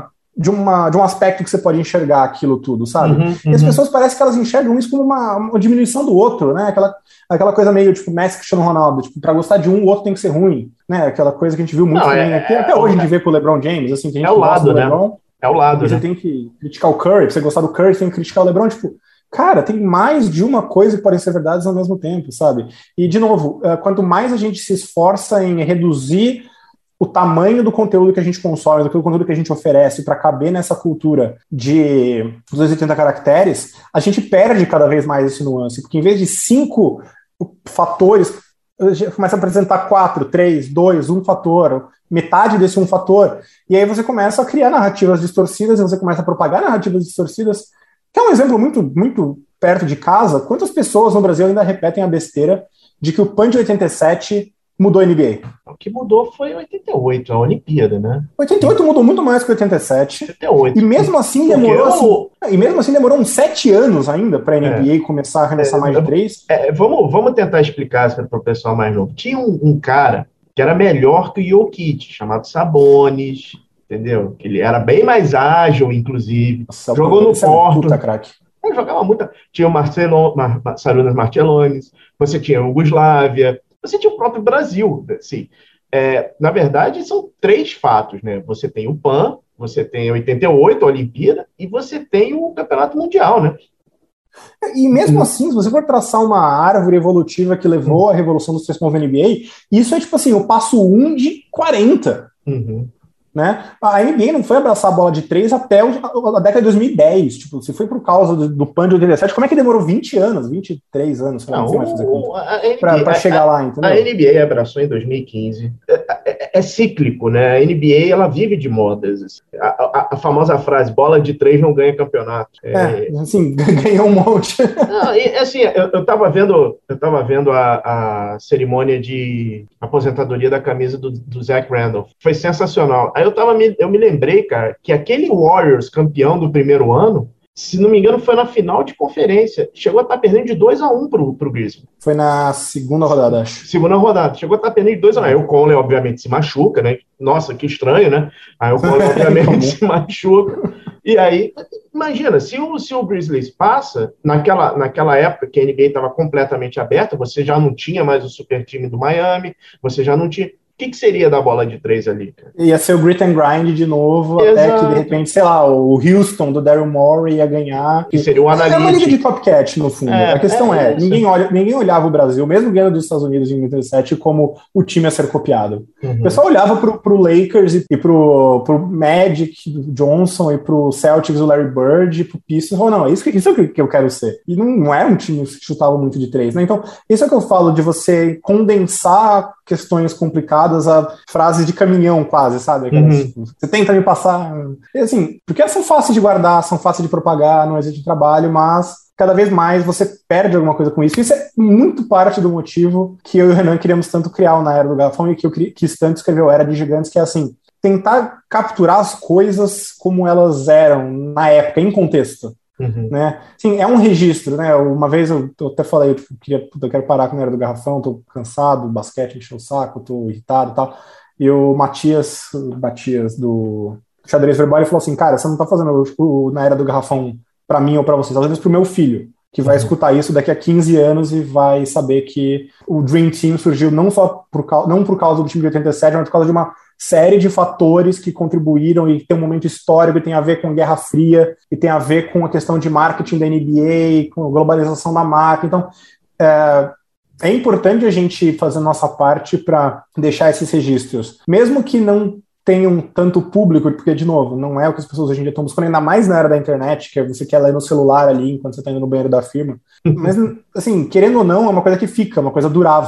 um aspecto que você pode enxergar aquilo tudo, sabe? E as pessoas parecem que elas enxergam isso como uma diminuição do outro, né? Aquela coisa meio tipo Messi, Cristiano Ronaldo, tipo, pra gostar de um, o outro tem que ser ruim, né? Aquela coisa que a gente viu muito também aqui, até hoje a gente vê com o LeBron James, assim, tem gente o que gosta lado, do LeBron, né? É o lado, você tem que criticar o Curry, pra você gostar do Curry, você tem que criticar o LeBron, tipo, cara, tem mais de uma coisa que podem ser verdades ao mesmo tempo, sabe? E, de novo, quanto mais a gente se esforça em reduzir o tamanho do conteúdo que a gente consome, do conteúdo que a gente oferece para caber nessa cultura de 280 caracteres, a gente perde cada vez mais esse nuance, porque em vez de 5 fatores, começa a apresentar 4, 3, 2, um fator, metade desse um fator, e aí você começa a criar narrativas distorcidas, e você começa a propagar narrativas distorcidas, que é um exemplo muito, muito perto de casa. Quantas pessoas no Brasil ainda repetem a besteira de que o PAN de 87 mudou a NBA? O que mudou foi 88, a Olimpíada, né? 88 mudou muito mais que 87. 88. E mesmo assim demorou uns 7 anos ainda para a NBA começar a arremessar mais de 3. Vamos tentar explicar isso para o pessoal mais novo. Tinha um cara que era melhor que o Jokic, chamado Sabonis, entendeu? Ele era bem mais ágil, inclusive. Nossa, jogou no Porto. Puta craque. Ele jogava muito. Tinha o Sarunas Martellones, você tinha o Yugoslávia, você tinha o próprio Brasil, assim. Na verdade, são 3 fatos, né? Você tem o PAN, você tem a 88, a Olimpíada, e você tem o Campeonato Mundial, né? E mesmo assim, se você for traçar uma árvore evolutiva que levou à revolução dos 3 pontos da NBA, isso é tipo assim, o passo 1 de 40. Né? A NBA não foi abraçar a bola de 3 até a década de 2010. Tipo, se foi por causa do PAN de 87, como é que demorou 20 anos, 23 anos, sei lá, não sei mais fazer conta, pra chegar lá, entendeu? A NBA abraçou em 2015. É cíclico, né? A NBA, ela vive de modas. A famosa frase, bola de 3 não ganha campeonato. Assim, ganhou um monte. Não, assim, eu tava vendo a cerimônia de aposentadoria da camisa do Zach Randolph. Foi sensacional. Aí eu me lembrei, cara, que aquele Warriors campeão do primeiro ano, se não me engano, foi na final de conferência. Chegou a estar perdendo de 2-1 pro Grizzlies. Foi na segunda rodada, acho. Segunda rodada. Chegou a estar perdendo de 2-1. Aí o Conley, obviamente, se machuca, né? Nossa, que estranho, né? Aí o Conley, obviamente, se machuca. E aí, imagina, se o Grizzlies passa, naquela época que a NBA estava completamente aberta, você já não tinha mais o super time do Miami, você já não tinha... O que seria da bola de 3 ali? Cara? Ia ser o grit and grind de novo, Exato. Até que, de repente, sei lá, o Houston do Daryl Morey ia ganhar. Que seria o analítico. É uma liga de copycat, no fundo. A questão ninguém olhava o Brasil, mesmo ganhando dos Estados Unidos em 87, como o time a ser copiado. O pessoal olhava pro Lakers e pro Magic do Johnson e pro Celtics do Larry Bird e pro Pistons e falou, não, isso é o que eu quero ser. E não era um time que chutava muito de 3, né? Então, isso é o que eu falo de você condensar questões complicadas a frases de caminhão quase, sabe? Aquelas, tipo, você tenta me passar... E, assim, porque elas são fáceis de guardar, são fáceis de propagar, não existe trabalho, mas cada vez mais você perde alguma coisa com isso. Isso é muito parte do motivo que eu e o Renan queríamos tanto criar o Na Era do Garrafão e que eu quis tanto escrever o Era de Gigantes, que é assim, tentar capturar as coisas como elas eram na época, em contexto. Né? Sim, é um registro, né? Uma vez eu até falei, eu quero parar com a Era do Garrafão, tô cansado, o basquete encheu o saco, tô irritado e tal. E o Matias do Xadrez Verbal, ele falou assim, cara, você não tá fazendo Na Era do Garrafão pra mim ou pra você, você tá fazendo isso pro meu filho, que vai escutar isso daqui a 15 anos e vai saber que o Dream Team surgiu não por causa do time de 87, mas por causa de uma série de fatores que contribuíram e tem um momento histórico e tem a ver com Guerra Fria e tem a ver com a questão de marketing da NBA, com a globalização da marca. Então, é importante a gente fazer a nossa parte para deixar esses registros. Mesmo que não tenham tanto público, porque, de novo, não é o que as pessoas hoje em dia estão buscando, ainda mais na era da internet, que é você quer ler no celular ali enquanto você está indo no banheiro da firma. Mas, assim, querendo ou não, é uma coisa que fica, uma coisa durável.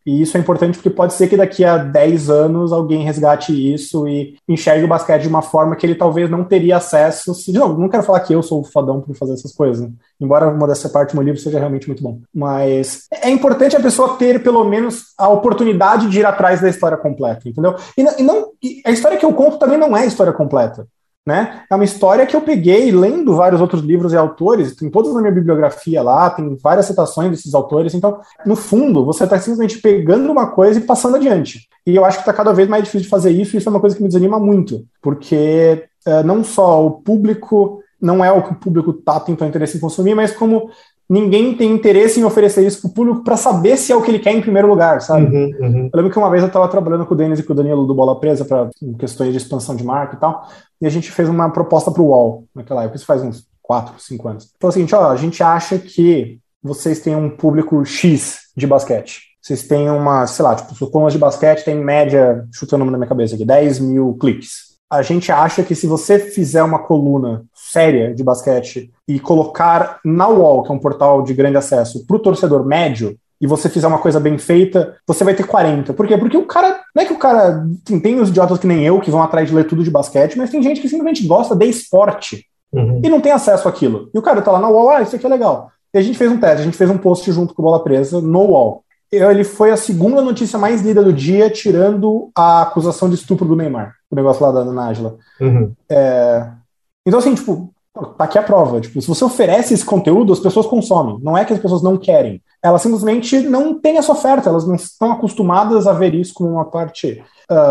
E isso é importante porque pode ser que daqui a 10 anos alguém resgate isso e enxergue o basquete de uma forma que ele talvez não teria acesso. De novo, não quero falar que eu sou o fodão por fazer essas coisas, né? Embora uma dessa parte do meu livro seja realmente muito bom. Mas é importante a pessoa ter, pelo menos, a oportunidade de ir atrás da história completa, entendeu? E a história que eu conto também não é a história completa. Né? É uma história que eu peguei lendo vários outros livros e autores, tem todas na minha bibliografia lá, tem várias citações desses autores, então, no fundo, você está simplesmente pegando uma coisa e passando adiante. E eu acho que está cada vez mais difícil de fazer isso, e isso é uma coisa que me desanima muito, porque não só o público, não é o que o público tem interesse em consumir, mas como ninguém tem interesse em oferecer isso para o público para saber se é o que ele quer em primeiro lugar, sabe? Eu lembro que uma vez eu estava trabalhando com o Denis e com o Danilo do Bola Presa para questões de expansão de marca e tal, e a gente fez uma proposta para o UOL naquela época, isso faz uns 4, 5 anos. Falou o seguinte, a gente acha que vocês têm um público X de basquete. Vocês têm uma, sei lá, tipo, os colunas de basquete tem em média, chutando o nome na minha cabeça aqui, 10 mil cliques. A gente acha que se você fizer uma coluna séria de basquete e colocar na UOL, que é um portal de grande acesso, para o torcedor médio, e você fizer uma coisa bem feita, você vai ter 40. Por quê? Porque o cara, não é que o cara, tem os idiotas que nem eu, que vão atrás de ler tudo de basquete, mas tem gente que simplesmente gosta de esporte e não tem acesso àquilo. E o cara tá lá na UOL, isso aqui é legal. E a gente fez um teste, a gente fez um post junto com o Bola Presa no UOL. Ele foi a segunda notícia mais lida do dia, tirando a acusação de estupro do Neymar, o negócio lá da Nájila. Então, assim, tipo, tá aqui a prova. Tipo, se você oferece esse conteúdo, as pessoas consomem. Não é que as pessoas não querem. Elas simplesmente não têm essa oferta. Elas não estão acostumadas a ver isso como uma parte,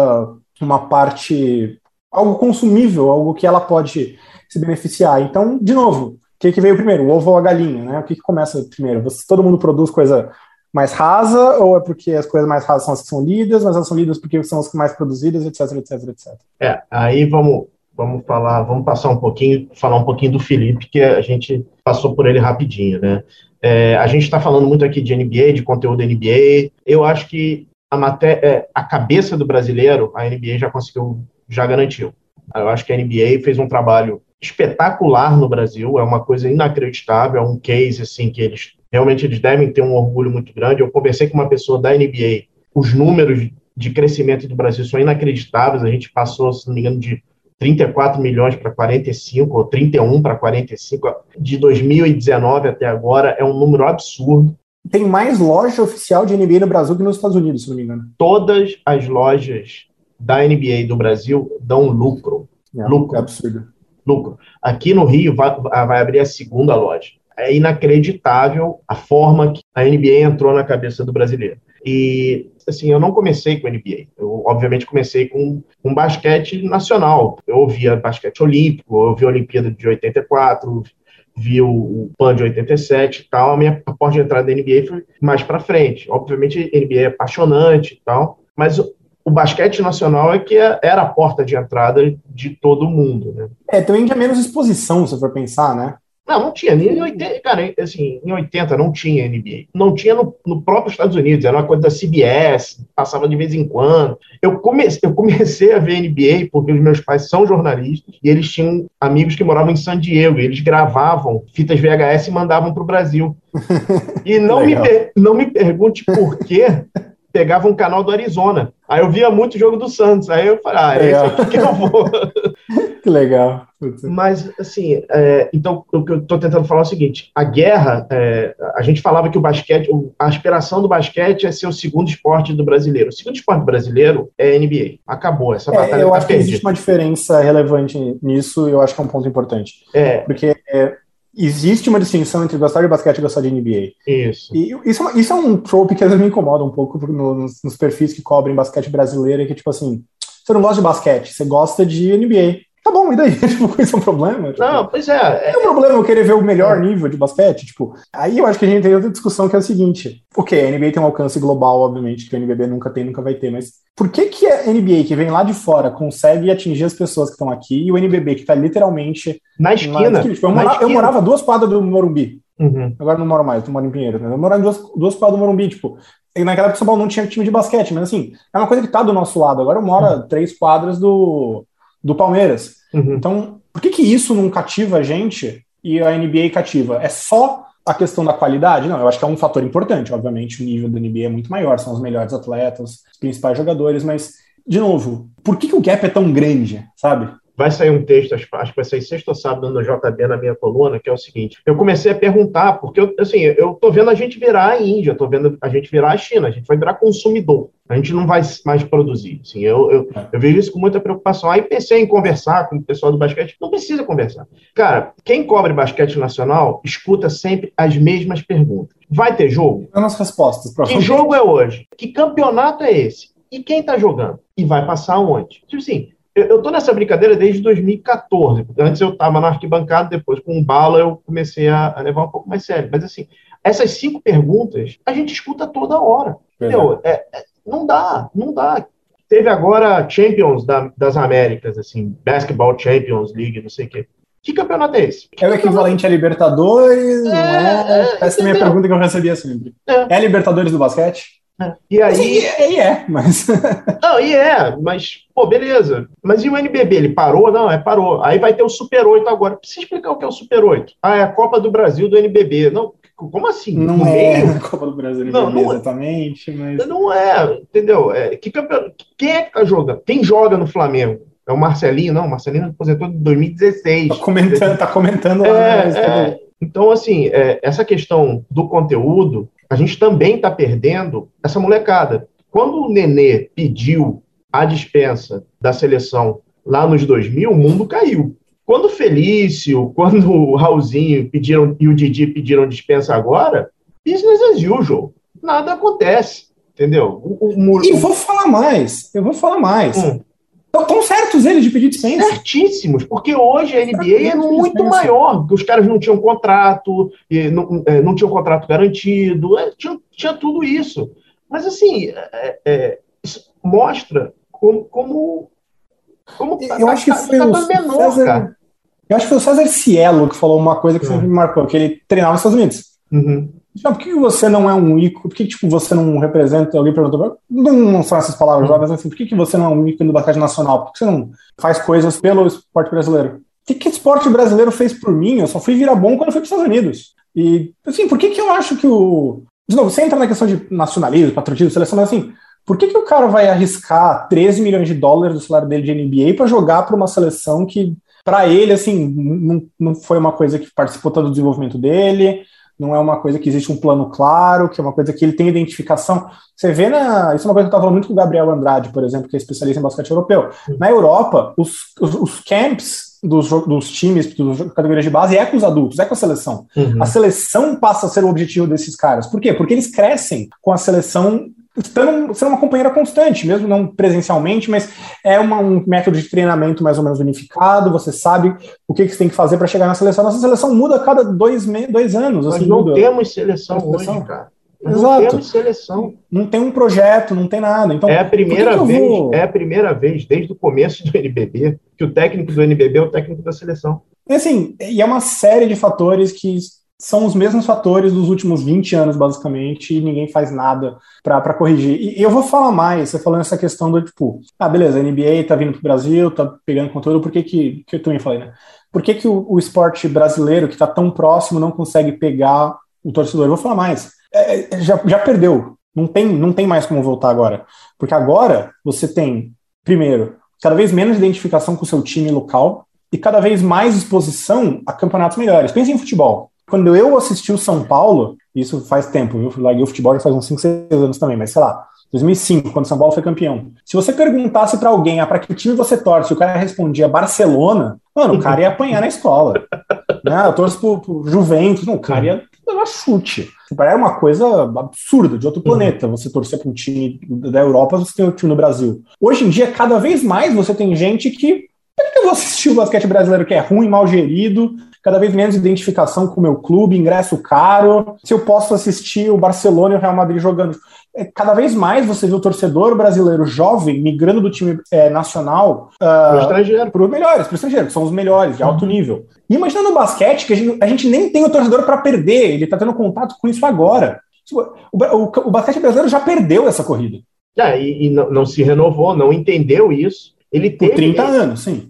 algo consumível, algo que ela pode se beneficiar. Então, de novo, o que veio primeiro? O ovo ou a galinha, né? O que começa primeiro? Todo mundo produz coisa mais rasa, ou é porque as coisas mais rasas são as que são lidas, mas elas são lidas porque são as que mais produzidas, etc, etc, etc. Aí vamos passar um pouquinho, falar um pouquinho do Felipe, que a gente passou por ele rapidinho, né? A gente está falando muito aqui de NBA, de conteúdo NBA. Eu acho que a cabeça do brasileiro, a NBA já garantiu. Eu acho que a NBA fez um trabalho espetacular no Brasil, é uma coisa inacreditável, é um case assim que eles devem ter um orgulho muito grande. Eu conversei com uma pessoa da NBA, os números de crescimento do Brasil são inacreditáveis, a gente passou, se não me engano, de 34 milhões para 45, ou 31 para 45, de 2019 até agora, é um número absurdo. Tem mais loja oficial de NBA no Brasil que nos Estados Unidos, se não me engano. Todas as lojas da NBA do Brasil dão lucro. É absurdo. Lucro. Aqui no Rio vai abrir a segunda loja. É inacreditável a forma que a NBA entrou na cabeça do brasileiro. E, assim, eu não comecei com a NBA. Eu, obviamente, comecei com basquete nacional. Eu ouvia basquete olímpico, eu vi a Olimpíada de 84, vi o PAN de 87 e tal. A porta de entrada da NBA foi mais para frente. Obviamente, a NBA é apaixonante e tal, mas o basquete nacional é que era a porta de entrada de todo mundo, né? Também tinha menos exposição, se for pensar, né? Não tinha. Em 80, cara, assim, em 80 não tinha NBA. Não tinha no próprio Estados Unidos. Era uma coisa da CBS, passava de vez em quando. Eu comecei a ver NBA porque os meus pais são jornalistas e eles tinham amigos que moravam em San Diego. E eles gravavam fitas VHS e mandavam para o Brasil. E não me pergunte por quê. Pegava um canal do Arizona. Aí eu via muito jogo do Santos. Aí eu falei, é esse aqui que eu vou. Que legal. Mas, assim, então, o que eu estou tentando falar é o seguinte, a guerra, a gente falava que o basquete, a aspiração do basquete é ser o segundo esporte do brasileiro. O segundo esporte brasileiro é a NBA. Acabou, essa batalha eu acho que existe uma diferença relevante nisso e eu acho que é um ponto importante. Porque existe uma distinção entre gostar de basquete e gostar de NBA. Isso. E isso é um trope que às vezes me incomoda um pouco nos perfis que cobrem basquete brasileiro, que tipo assim, você não gosta de basquete, você gosta de NBA. Tá bom, e daí? Tipo, isso é um problema? Tipo, não, pois é. É um problema eu querer ver o melhor nível de basquete? Tipo, aí eu acho que a gente tem outra discussão que é o seguinte. Ok, a NBA tem um alcance global, obviamente, que o NBB nunca tem, nunca vai ter, mas por que a NBA, que vem lá de fora, consegue atingir as pessoas que estão aqui e o NBB, que tá literalmente... Na esquina. Tipo, eu morava 2 quadras do Morumbi. Agora não moro mais, eu moro em Pinheiro. Né? Eu morava em 2 quadras do Morumbi, tipo... Naquela época, São Paulo não tinha time de basquete, mas assim, é uma coisa que tá do nosso lado. Agora eu moro a 3 quadras do Palmeiras. Então, por que isso não cativa a gente e a NBA cativa? É só a questão da qualidade, não, eu acho que é um fator importante, obviamente o nível do NBA é muito maior, são os melhores atletas, os principais jogadores, mas, de novo, por que o gap é tão grande, sabe? Vai sair um texto, acho que vai sair sexta ou sábado no JB, na minha coluna, que é o seguinte, eu comecei a perguntar, porque eu tô vendo a gente virar a Índia, tô vendo a gente virar a China, a gente vai virar consumidor, a gente não vai mais produzir, assim, eu vejo isso com muita preocupação. Aí pensei em conversar com o pessoal do basquete, não precisa conversar. Cara, quem cobre basquete nacional escuta sempre as mesmas perguntas. Vai ter jogo? As respostas, que jogo é hoje? Que campeonato é esse? E quem tá jogando? E vai passar onde? Tipo assim, eu tô nessa brincadeira desde 2014, porque antes eu estava na arquibancada, depois com o Bala eu comecei a levar um pouco mais sério. Mas assim, essas 5 perguntas a gente escuta toda hora. Entendeu? Não dá. Teve agora Champions das Américas, assim, Basketball Champions League, não sei o quê. Que campeonato é esse? É o equivalente a Libertadores, não é? Essa é a minha pergunta que eu recebia sempre. É a Libertadores do basquete? E aí... mas... Não, mas, pô, beleza. Mas e o NBB, ele parou? Não, parou. Aí vai ter o Super 8 agora. Precisa explicar o que é o Super 8. É a Copa do Brasil do NBB. Não, como assim? Não é a Copa do Brasil do NBB exatamente, mas... Não é, entendeu? Quem é que tá jogando? Quem joga no Flamengo? É o Marcelinho? Não, o Marcelinho aposentou em 2016. Tá comentando lá. Então, assim, essa questão do conteúdo, a gente também está perdendo essa molecada. Quando o Nenê pediu a dispensa da seleção lá nos 2000, o mundo caiu. Quando o Felício, quando o Raulzinho e o Didi pediram dispensa agora, business as usual. Nada acontece, entendeu? E eu vou falar mais. Estão certos eles de pedir dispensa? Certíssimos, porque hoje a NBA é muito maior, porque os caras não tinham contrato, não tinham contrato garantido, tinha tudo isso. Mas, assim, isso mostra como eu acho que foi o menor, César, cara. Eu acho que foi o César Cielo que falou uma coisa que sempre me marcou, que ele treinava nos Estados Unidos. Uhum. Não, por que você não é um ícone? Por que você não representa? Alguém perguntou, não são essas palavras, mas assim, por que você não é um ícone do basquete nacional? Por que você não faz coisas pelo esporte brasileiro? O que esporte brasileiro fez por mim? Eu só fui virar bom quando eu fui para os Estados Unidos. E, assim, por que eu acho que de novo, você entra na questão de nacionalismo, patriotismo, seleção, mas assim, por que o cara vai arriscar 13 milhões de dólares do salário dele de NBA para jogar para uma seleção que, para ele, assim, não foi uma coisa que participou todo do desenvolvimento dele? Não é uma coisa que existe um plano claro, que é uma coisa que ele tem identificação. Você vê isso é uma coisa que eu estava falando muito com o Gabriel Andrade, por exemplo, que é especialista em basquete europeu. Na Europa, os camps dos times, das categorias de base, é com os adultos, é com a seleção. Uhum. A seleção passa a ser o objetivo desses caras. Por quê? Porque eles crescem com a seleção sendo uma companheira constante, mesmo não presencialmente, mas é um método de treinamento mais ou menos unificado, você sabe o que você tem que fazer para chegar na seleção. Nossa seleção muda a cada 2 anos. Nós assim, não temos seleção hoje, cara. Exato. Não temos seleção. Não tem um projeto, não tem nada. Então, é a primeira vez desde o começo do NBB que o técnico do NBB é o técnico da seleção. E é uma série de fatores que são os mesmos fatores dos últimos 20 anos, basicamente, e ninguém faz nada para corrigir. E eu vou falar mais, você falando essa questão do tipo, beleza, a NBA tá vindo pro Brasil, tá pegando conteúdo, por que eu também falei, né? Por que o esporte brasileiro, que tá tão próximo, não consegue pegar o torcedor? Eu vou falar mais. Já perdeu. Não tem mais como voltar agora. Porque agora você tem, primeiro, cada vez menos identificação com o seu time local e cada vez mais exposição a campeonatos melhores. Pense em futebol. Quando eu assisti o São Paulo, isso faz tempo, eu larguei o futebol já faz uns 5, 6 anos também, mas sei lá, 2005, quando o São Paulo foi campeão. Se você perguntasse pra alguém, pra que time você torce, e o cara respondia Barcelona, mano, o cara ia apanhar na escola. Né? Eu torço pro Juventus, não, o cara ia dar chute. Era uma coisa absurda, de outro planeta. Você torcer para um time da Europa, você tem um time no Brasil. Hoje em dia, cada vez mais você tem gente que... Por que eu vou assistir o basquete brasileiro que é ruim, mal gerido, cada vez menos identificação com o meu clube, ingresso caro, se eu posso assistir o Barcelona e o Real Madrid jogando? Cada vez mais você vê o torcedor brasileiro jovem migrando do time nacional para os melhores, para o estrangeiro, que são os melhores, de alto nível. E imagina no basquete, que a gente nem tem o torcedor para perder, ele está tendo contato com isso agora. O basquete brasileiro já perdeu essa corrida. E não se renovou, não entendeu isso. Ele teve, por 30 anos, sim.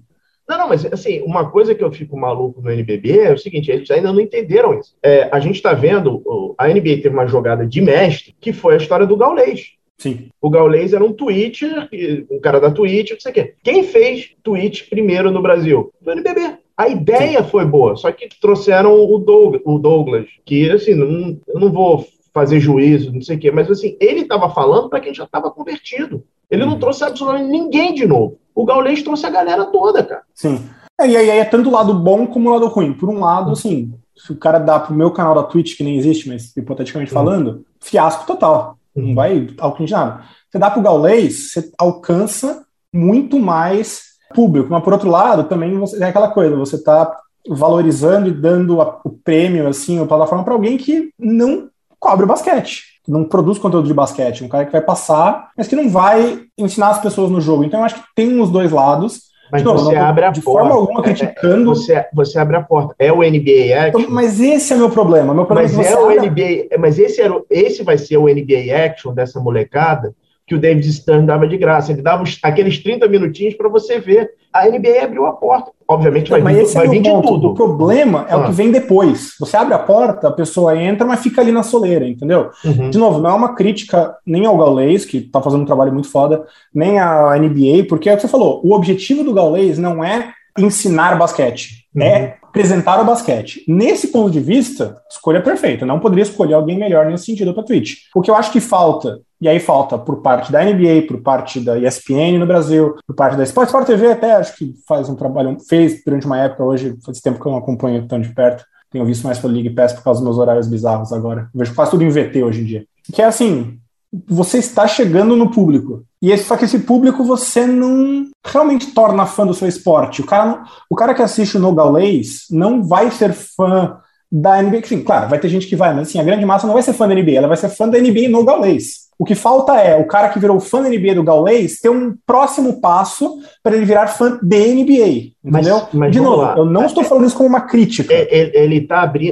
Não, mas assim, uma coisa que eu fico maluco no NBB é o seguinte, eles ainda não entenderam isso. A gente está vendo, a NBA teve uma jogada de mestre, que foi a história do Gaules. Sim. O Gaules era um Twitcher, um cara da Twitch, não sei o quê. Quem fez Twitch primeiro no Brasil? O NBB. A ideia foi boa, só que trouxeram o Douglas, que assim, eu não vou fazer juízo, não sei o quê, mas assim, ele estava falando para quem já estava convertido. Ele não trouxe absolutamente ninguém de novo. O Gaules trouxe a galera toda, cara. Sim. E aí é tanto o lado bom como o lado ruim. Por um lado, assim, se o cara dá pro meu canal da Twitch, que nem existe, mas hipoteticamente falando, fiasco total. Não vai alcançar nada. Você dá pro Gaules, você alcança muito mais público. Mas, por outro lado, também é aquela coisa, você tá valorizando e dando o prêmio, assim, a plataforma para alguém que não cobre o basquete, que não produz conteúdo de basquete, um cara que vai passar, mas que não vai ensinar as pessoas no jogo. Então, eu acho que tem os dois lados. Mas você abre a porta. De forma alguma criticando. Você abre a porta. É o NBA Action. Então, mas esse é meu problema. Meu problema mas é o NBA. Mas esse vai ser o NBA Action dessa molecada que o David Stern dava de graça. Ele dava aqueles 30 minutinhos para você ver. A NBA abriu a porta. Obviamente vai vir de tudo. O problema é o que vem depois. Você abre a porta, a pessoa entra, mas fica ali na soleira, entendeu? De novo, não é uma crítica nem ao Gaules, que tá fazendo um trabalho muito foda, nem à NBA, porque é o que você falou, o objetivo do Gaules não é ensinar basquete, é apresentar o basquete. Nesse ponto de vista, escolha perfeita. Não poderia escolher alguém melhor nesse sentido para Twitch. O que eu acho que falta, e aí falta por parte da NBA, por parte da ESPN no Brasil, por parte da Sport TV até, acho que faz um trabalho, fez durante uma época, hoje faz tempo que eu não acompanho tão de perto, tenho visto mais pelo League Pass por causa dos meus horários bizarros agora. Eu vejo quase tudo em VT hoje em dia. Que é assim, você está chegando no público. Só que esse público você não realmente torna fã do seu esporte. O cara que assiste o No Gaules não vai ser fã da NBA. Sim, claro, vai ter gente que vai, mas assim, a grande massa não vai ser fã da NBA, ela vai ser fã da NBA no Gaules. O que falta é o cara que virou fã da NBA do Gaules ter um próximo passo para ele virar fã de NBA. Entendeu? Mas de novo, eu não estou falando isso como uma crítica. Ele está abrindo.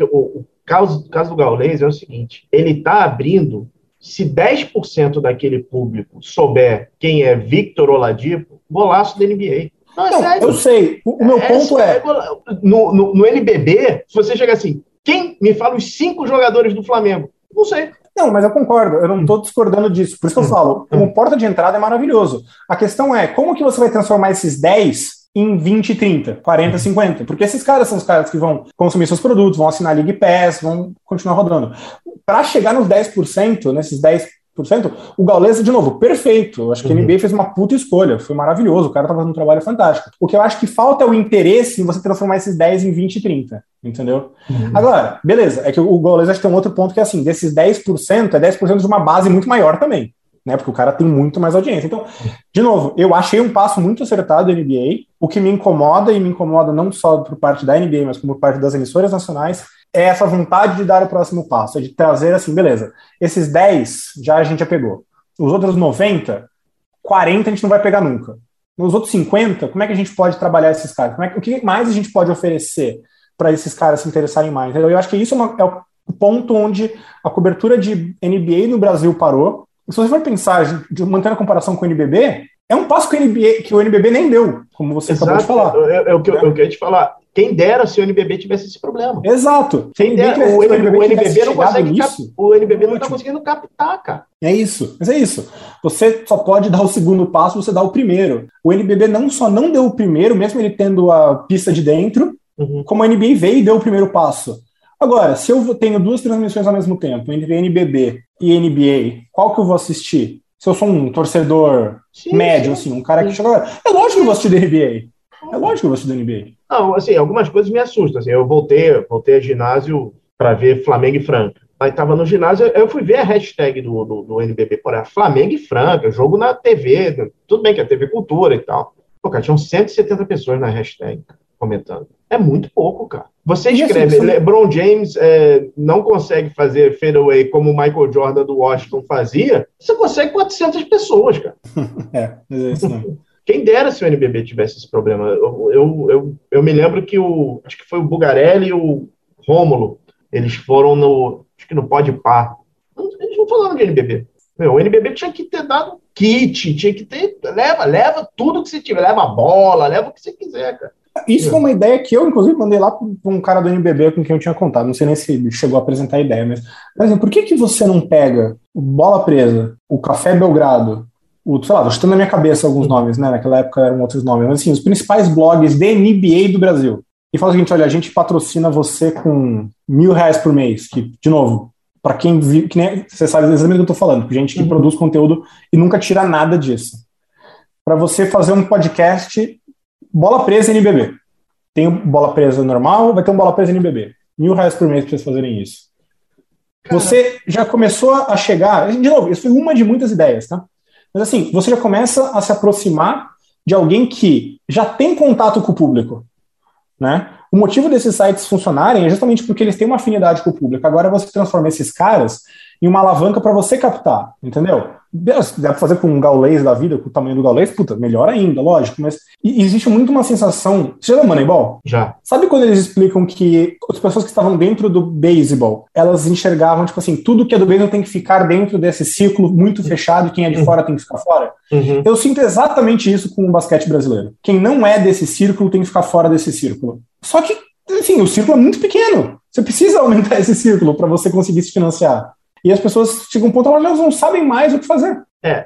O caso do Gaules é o seguinte: ele está abrindo. Se 10% daquele público souber quem é Victor Oladipo, golaço da NBA. Não, eu sei. O meu ponto é... No NBB, se você chega assim, quem me fala os 5 jogadores do Flamengo? Não sei. Não, mas eu concordo, eu não estou discordando disso. Por isso que eu falo, como porta de entrada é maravilhoso. A questão é, como que você vai transformar esses 10 em 20, 30, 40, 50? Porque esses caras são os caras que vão consumir seus produtos, vão assinar League Pass, vão continuar rodando. Para chegar nos 10%, nesses 10%, o Gaules, de novo, perfeito. Eu acho que a NBA fez uma puta escolha, foi maravilhoso, o cara tá fazendo um trabalho fantástico. O que eu acho que falta é o interesse em você transformar esses 10 em 20 e 30, entendeu? Agora, beleza, é que o Gaules acho que tem um outro ponto que é assim, desses 10%, é 10% de uma base muito maior também, né? Porque o cara tem muito mais audiência. Então, de novo, eu achei um passo muito acertado da NBA. O que me incomoda, e me incomoda não só por parte da NBA, mas como por parte das emissoras nacionais, é essa vontade de dar o próximo passo, é de trazer assim, beleza, esses 10 a gente já pegou. Os outros 90, 40 a gente não vai pegar nunca. Nos outros 50, como é que a gente pode trabalhar esses caras? O que mais a gente pode oferecer para esses caras se interessarem mais? Entendeu? Eu acho que isso é o ponto onde a cobertura de NBA no Brasil parou. Se você for pensar, mantendo a comparação com o NBB, é um passo que o NBB nem deu, como você acabou de falar. É o que eu queria te falar. Quem dera se o NBB tivesse esse problema. Exato. O NBB não consegue o NBB não está conseguindo captar, cara. É isso. Mas é isso. Você só pode dar o segundo passo, você dá o primeiro. O NBB só não deu o primeiro, mesmo ele tendo a pista de dentro, como a NBA veio e deu o primeiro passo. Agora, se eu tenho 2 transmissões ao mesmo tempo, entre NBB e NBA, qual que eu vou assistir? Se eu sou um torcedor médio, assim, um cara que chega... É lógico que eu vou assistir da NBA. É lógico que eu vou assistir da NBA. Não, assim, algumas coisas me assustam. Assim, eu voltei a ginásio para ver Flamengo e Franca. Aí tava no ginásio, eu fui ver a hashtag do NBB, porra, Flamengo e Franca, jogo na TV, tudo bem que é TV Cultura e tal. Pô, cara, tinham 170 pessoas na hashtag comentando. É muito pouco, cara. Você escreve, assim, LeBron James não consegue fazer fadeaway como o Michael Jordan do Washington fazia, você consegue 400 pessoas, cara. Mas é isso não. Quem dera se o NBB tivesse esse problema. Eu me lembro que acho que foi o Bugarelli e o Rômulo, eles foram acho que no Podpah. Eles não falaram de NBB. O NBB tinha que ter dado kit, tinha que ter, leva tudo que você tiver, leva a bola, leva o que você quiser, cara. Isso foi uma ideia que eu, inclusive, mandei lá para um cara do NBB com quem eu tinha contado. Não sei nem se ele chegou a apresentar a ideia, mas, por exemplo, por que você não pega o Bola Presa, o Café Belgrado, sei lá, tô chutando na minha cabeça alguns nomes, né? Naquela época eram outros nomes, mas assim, os principais blogs de NBA do Brasil. E fala o seguinte: olha, a gente patrocina você com R$1.000 por mês, que, de novo, para quem viu, que nem você sabe exatamente o que eu tô falando, gente que produz conteúdo e nunca tira nada disso. Para você fazer um podcast Bola Presa NBB. Tem o Bola Presa normal, vai ter um Bola Presa NBB. R$1.000 por mês para vocês fazerem isso. Caramba. Você já começou a chegar... De novo, isso foi uma de muitas ideias, tá? Mas assim, você já começa a se aproximar de alguém que já tem contato com o público, né? O motivo desses sites funcionarem é justamente porque eles têm uma afinidade com o público. Agora você transforma esses caras em uma alavanca para você captar, entendeu? Dá para fazer com um Gaules da vida, com o tamanho do Gaules, puta, melhor ainda, lógico, mas existe muito uma sensação... Você já viu Moneyball? Já. Sabe quando eles explicam que as pessoas que estavam dentro do beisebol, elas enxergavam, tipo assim, tudo que é do beisebol tem que ficar dentro desse círculo muito fechado e quem é de fora tem que ficar fora? Eu sinto exatamente isso com o basquete brasileiro. Quem não é desse círculo tem que ficar fora desse círculo. Só que, assim, o círculo é muito pequeno. Você precisa aumentar esse círculo para você conseguir se financiar. E as pessoas chegam a um ponto onde elas não sabem mais o que fazer.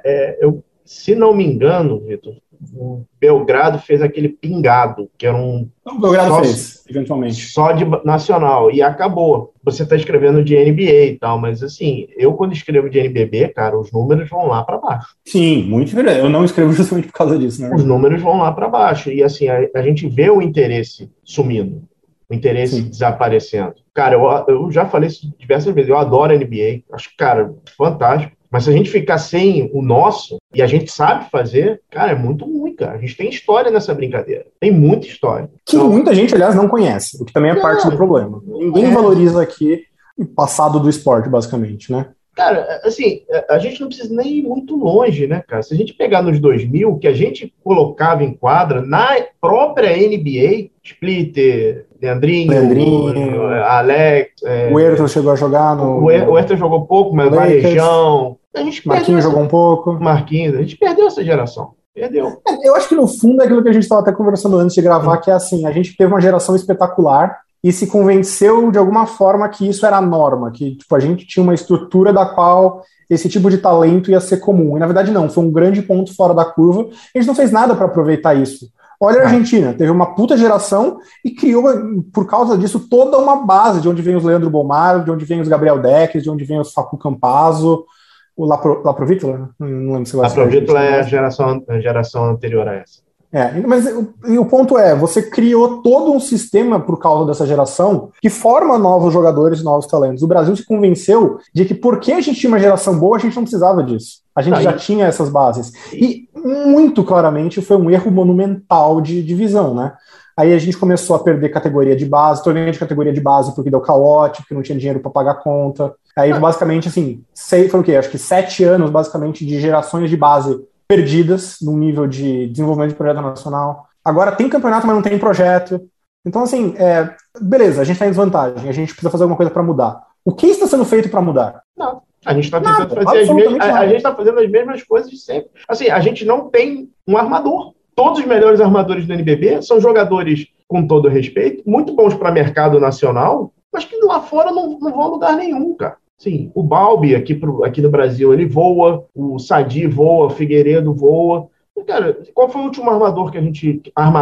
Se não me engano, Vitor, o Belgrado fez aquele pingado, que era um... O Belgrado fez, eventualmente. Só de nacional, e acabou. Você está escrevendo de NBA e tal, mas assim, eu quando escrevo de NBB, cara, os números vão lá para baixo. Sim, muito verdade. Eu não escrevo justamente por causa disso, né? Os números vão lá para baixo. E assim, a gente vê o interesse sumindo. O interesse desaparecendo. Cara, eu já falei isso diversas vezes, eu adoro NBA, acho, cara, fantástico, mas se a gente ficar sem o nosso, e a gente sabe fazer, cara, é muito ruim, cara. A gente tem história nessa brincadeira, tem muita história. Que muita gente, aliás, não conhece, o que também é parte do problema. Ninguém valoriza aqui o passado do esporte, basicamente, né? Cara, assim, a gente não precisa nem ir muito longe, né, cara? Se a gente pegar nos 2000, que a gente colocava em quadra, na própria NBA, Splitter, Leandrinho, Alex... o Ayrton chegou a jogar no... O Ayrton jogou pouco, mas Varejão... Marquinhos jogou um pouco. Marquinhos, a gente perdeu essa geração. Perdeu. Eu acho que no fundo é aquilo que a gente estava até conversando antes de gravar, que é assim, a gente teve uma geração espetacular e se convenceu de alguma forma que isso era a norma, que tipo, a gente tinha uma estrutura da qual esse tipo de talento ia ser comum. E na verdade não, foi um grande ponto fora da curva. A gente não fez nada para aproveitar isso. Olha a Argentina, teve uma puta geração e criou, por causa disso, toda uma base de onde vem os Leandro Bomar, de onde vem os Gabriel Deck, de onde vem os Facu Campazzo, o Laprovítula? Não lembro se vai ser. Laprovítula é a geração anterior a essa. Mas o ponto é, você criou todo um sistema por causa dessa geração que forma novos jogadores e novos talentos. O Brasil se convenceu de que porque a gente tinha uma geração boa, a gente não precisava disso. A gente já tinha essas bases. E muito claramente foi um erro monumental de visão, né? Aí a gente começou a perder categoria de base, torneio de categoria de base porque deu calote, porque não tinha dinheiro para pagar conta. Aí basicamente, assim, foi o quê? Acho que 7 anos, basicamente, de gerações de base perdidas no nível de desenvolvimento de projeto nacional. Agora tem campeonato, mas não tem projeto. Então, assim, beleza, a gente está em desvantagem, a gente precisa fazer alguma coisa para mudar. O que está sendo feito para mudar? Não. A gente está tentando fazer a gente está fazendo as mesmas coisas de sempre. Assim, a gente não tem um armador. Todos os melhores armadores do NBB são jogadores, com todo respeito, muito bons para mercado nacional, mas que lá fora não vão a lugar nenhum, cara. Sim, o Balbi aqui no Brasil, ele voa, o Sadi voa, o Figueiredo voa. E, cara, qual foi o último armador que a gente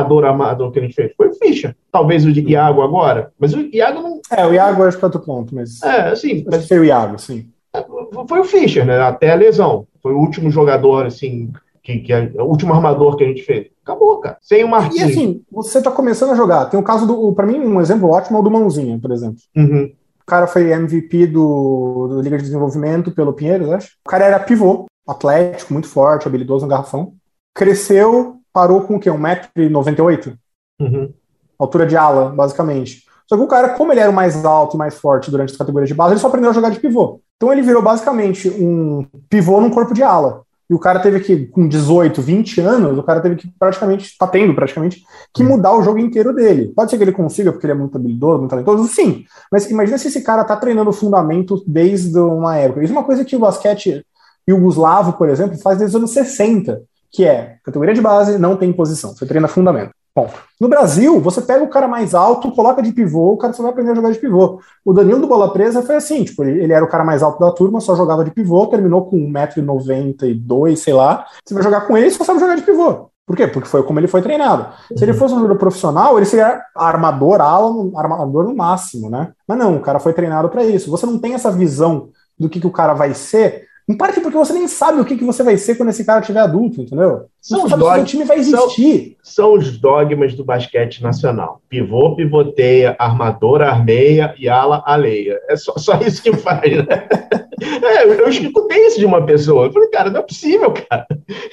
fez? Foi o Fischer. Talvez o de Iago agora, mas o Iago não... o Iago acho que é outro ponto, mas... assim... Mas foi o Iago, sim. Foi o Fischer, né? Até a lesão. Foi o último jogador, assim... que é o último armador que a gente fez. Acabou, cara. Sem o Marquinhos. E assim, você tá começando a jogar. Tem o caso pra mim, um exemplo ótimo é o do Mãozinha, por exemplo. Uhum. O cara foi MVP do Liga de Desenvolvimento pelo Pinheiros, acho. O cara era pivô, atlético, muito forte, habilidoso no garrafão. Cresceu, parou com o quê? 1,98 m? Altura de ala, basicamente. Só que o cara, como ele era o mais alto e mais forte durante as categorias de base, ele só aprendeu a jogar de pivô. Então ele virou basicamente um pivô num corpo de ala. E o cara teve que, com 18, 20 anos, o cara teve que praticamente que mudar o jogo inteiro dele. Pode ser que ele consiga, porque ele é muito habilidoso, muito talentoso, sim. Mas imagina se esse cara tá treinando fundamento desde uma época. Isso é uma coisa que o basquete iugoslavo, por exemplo, faz desde os anos 60, que é categoria de base, não tem posição, você treina fundamento. Ponto. No Brasil, você pega o cara mais alto, coloca de pivô, o cara só vai aprender a jogar de pivô. O Danilo do Bola Presa foi assim, tipo, ele era o cara mais alto da turma, só jogava de pivô, terminou com 1,92 m, sei lá. Você vai jogar com ele, só sabe jogar de pivô. Por quê? Porque foi como ele foi treinado. Se ele fosse um jogador profissional, ele seria armador, armador no máximo, né? Mas não, o cara foi treinado para isso. Você não tem essa visão do que o cara vai ser, em parte porque você nem sabe o que você vai ser quando esse cara estiver adulto, entendeu? Você sabe se o time vai existir. São os dogmas do basquete nacional. Pivô, pivoteia, armador, armeia e ala, aleia. É só isso que faz, né? Eu escutei isso de uma pessoa. Eu falei, cara, não é possível, cara.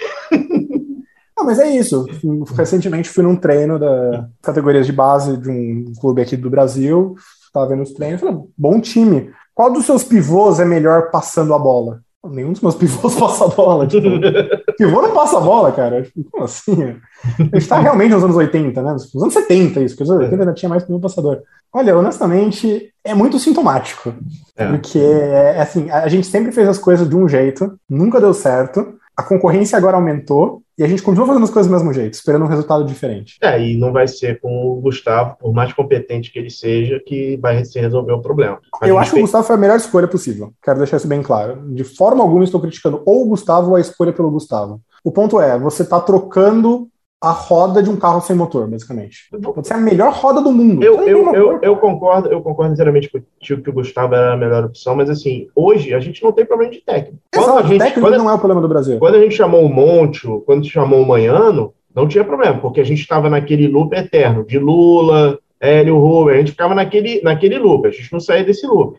Não, mas é isso. Recentemente fui num treino das categorias de base de um clube aqui do Brasil. Estava vendo os treinos e falei, bom time. Qual dos seus pivôs é melhor passando a bola? Nenhum dos meus pivôs passa a bola. Tipo, pivô não passa a bola, cara. Como assim? A gente tá realmente nos anos 80, né? Nos anos 70, isso. Porque nos anos 80 ainda tinha mais pivô passador. Olha, honestamente, é muito sintomático. Porque, assim, a gente sempre fez as coisas de um jeito, nunca deu certo. A concorrência agora aumentou e a gente continua fazendo as coisas do mesmo jeito, esperando um resultado diferente. E não vai ser com o Gustavo, por mais competente que ele seja, que vai se resolver o problema. Eu acho que o Gustavo foi a melhor escolha possível. Quero deixar isso bem claro. De forma alguma estou criticando ou o Gustavo ou a escolha pelo Gustavo. O ponto é, você está trocando a roda de um carro sem motor, basicamente. Pode ser a melhor roda do mundo. Eu concordo inteiramente contigo que o Gustavo era a melhor opção, mas assim, hoje a gente não tem problema de técnico. Técnico não é o problema do Brasil. Quando a gente chamou o Monte, quando a gente chamou o Manhano, não tinha problema, porque a gente estava naquele loop eterno de Lula, Hélio Rubens, a gente ficava naquele loop, a gente não saía desse loop.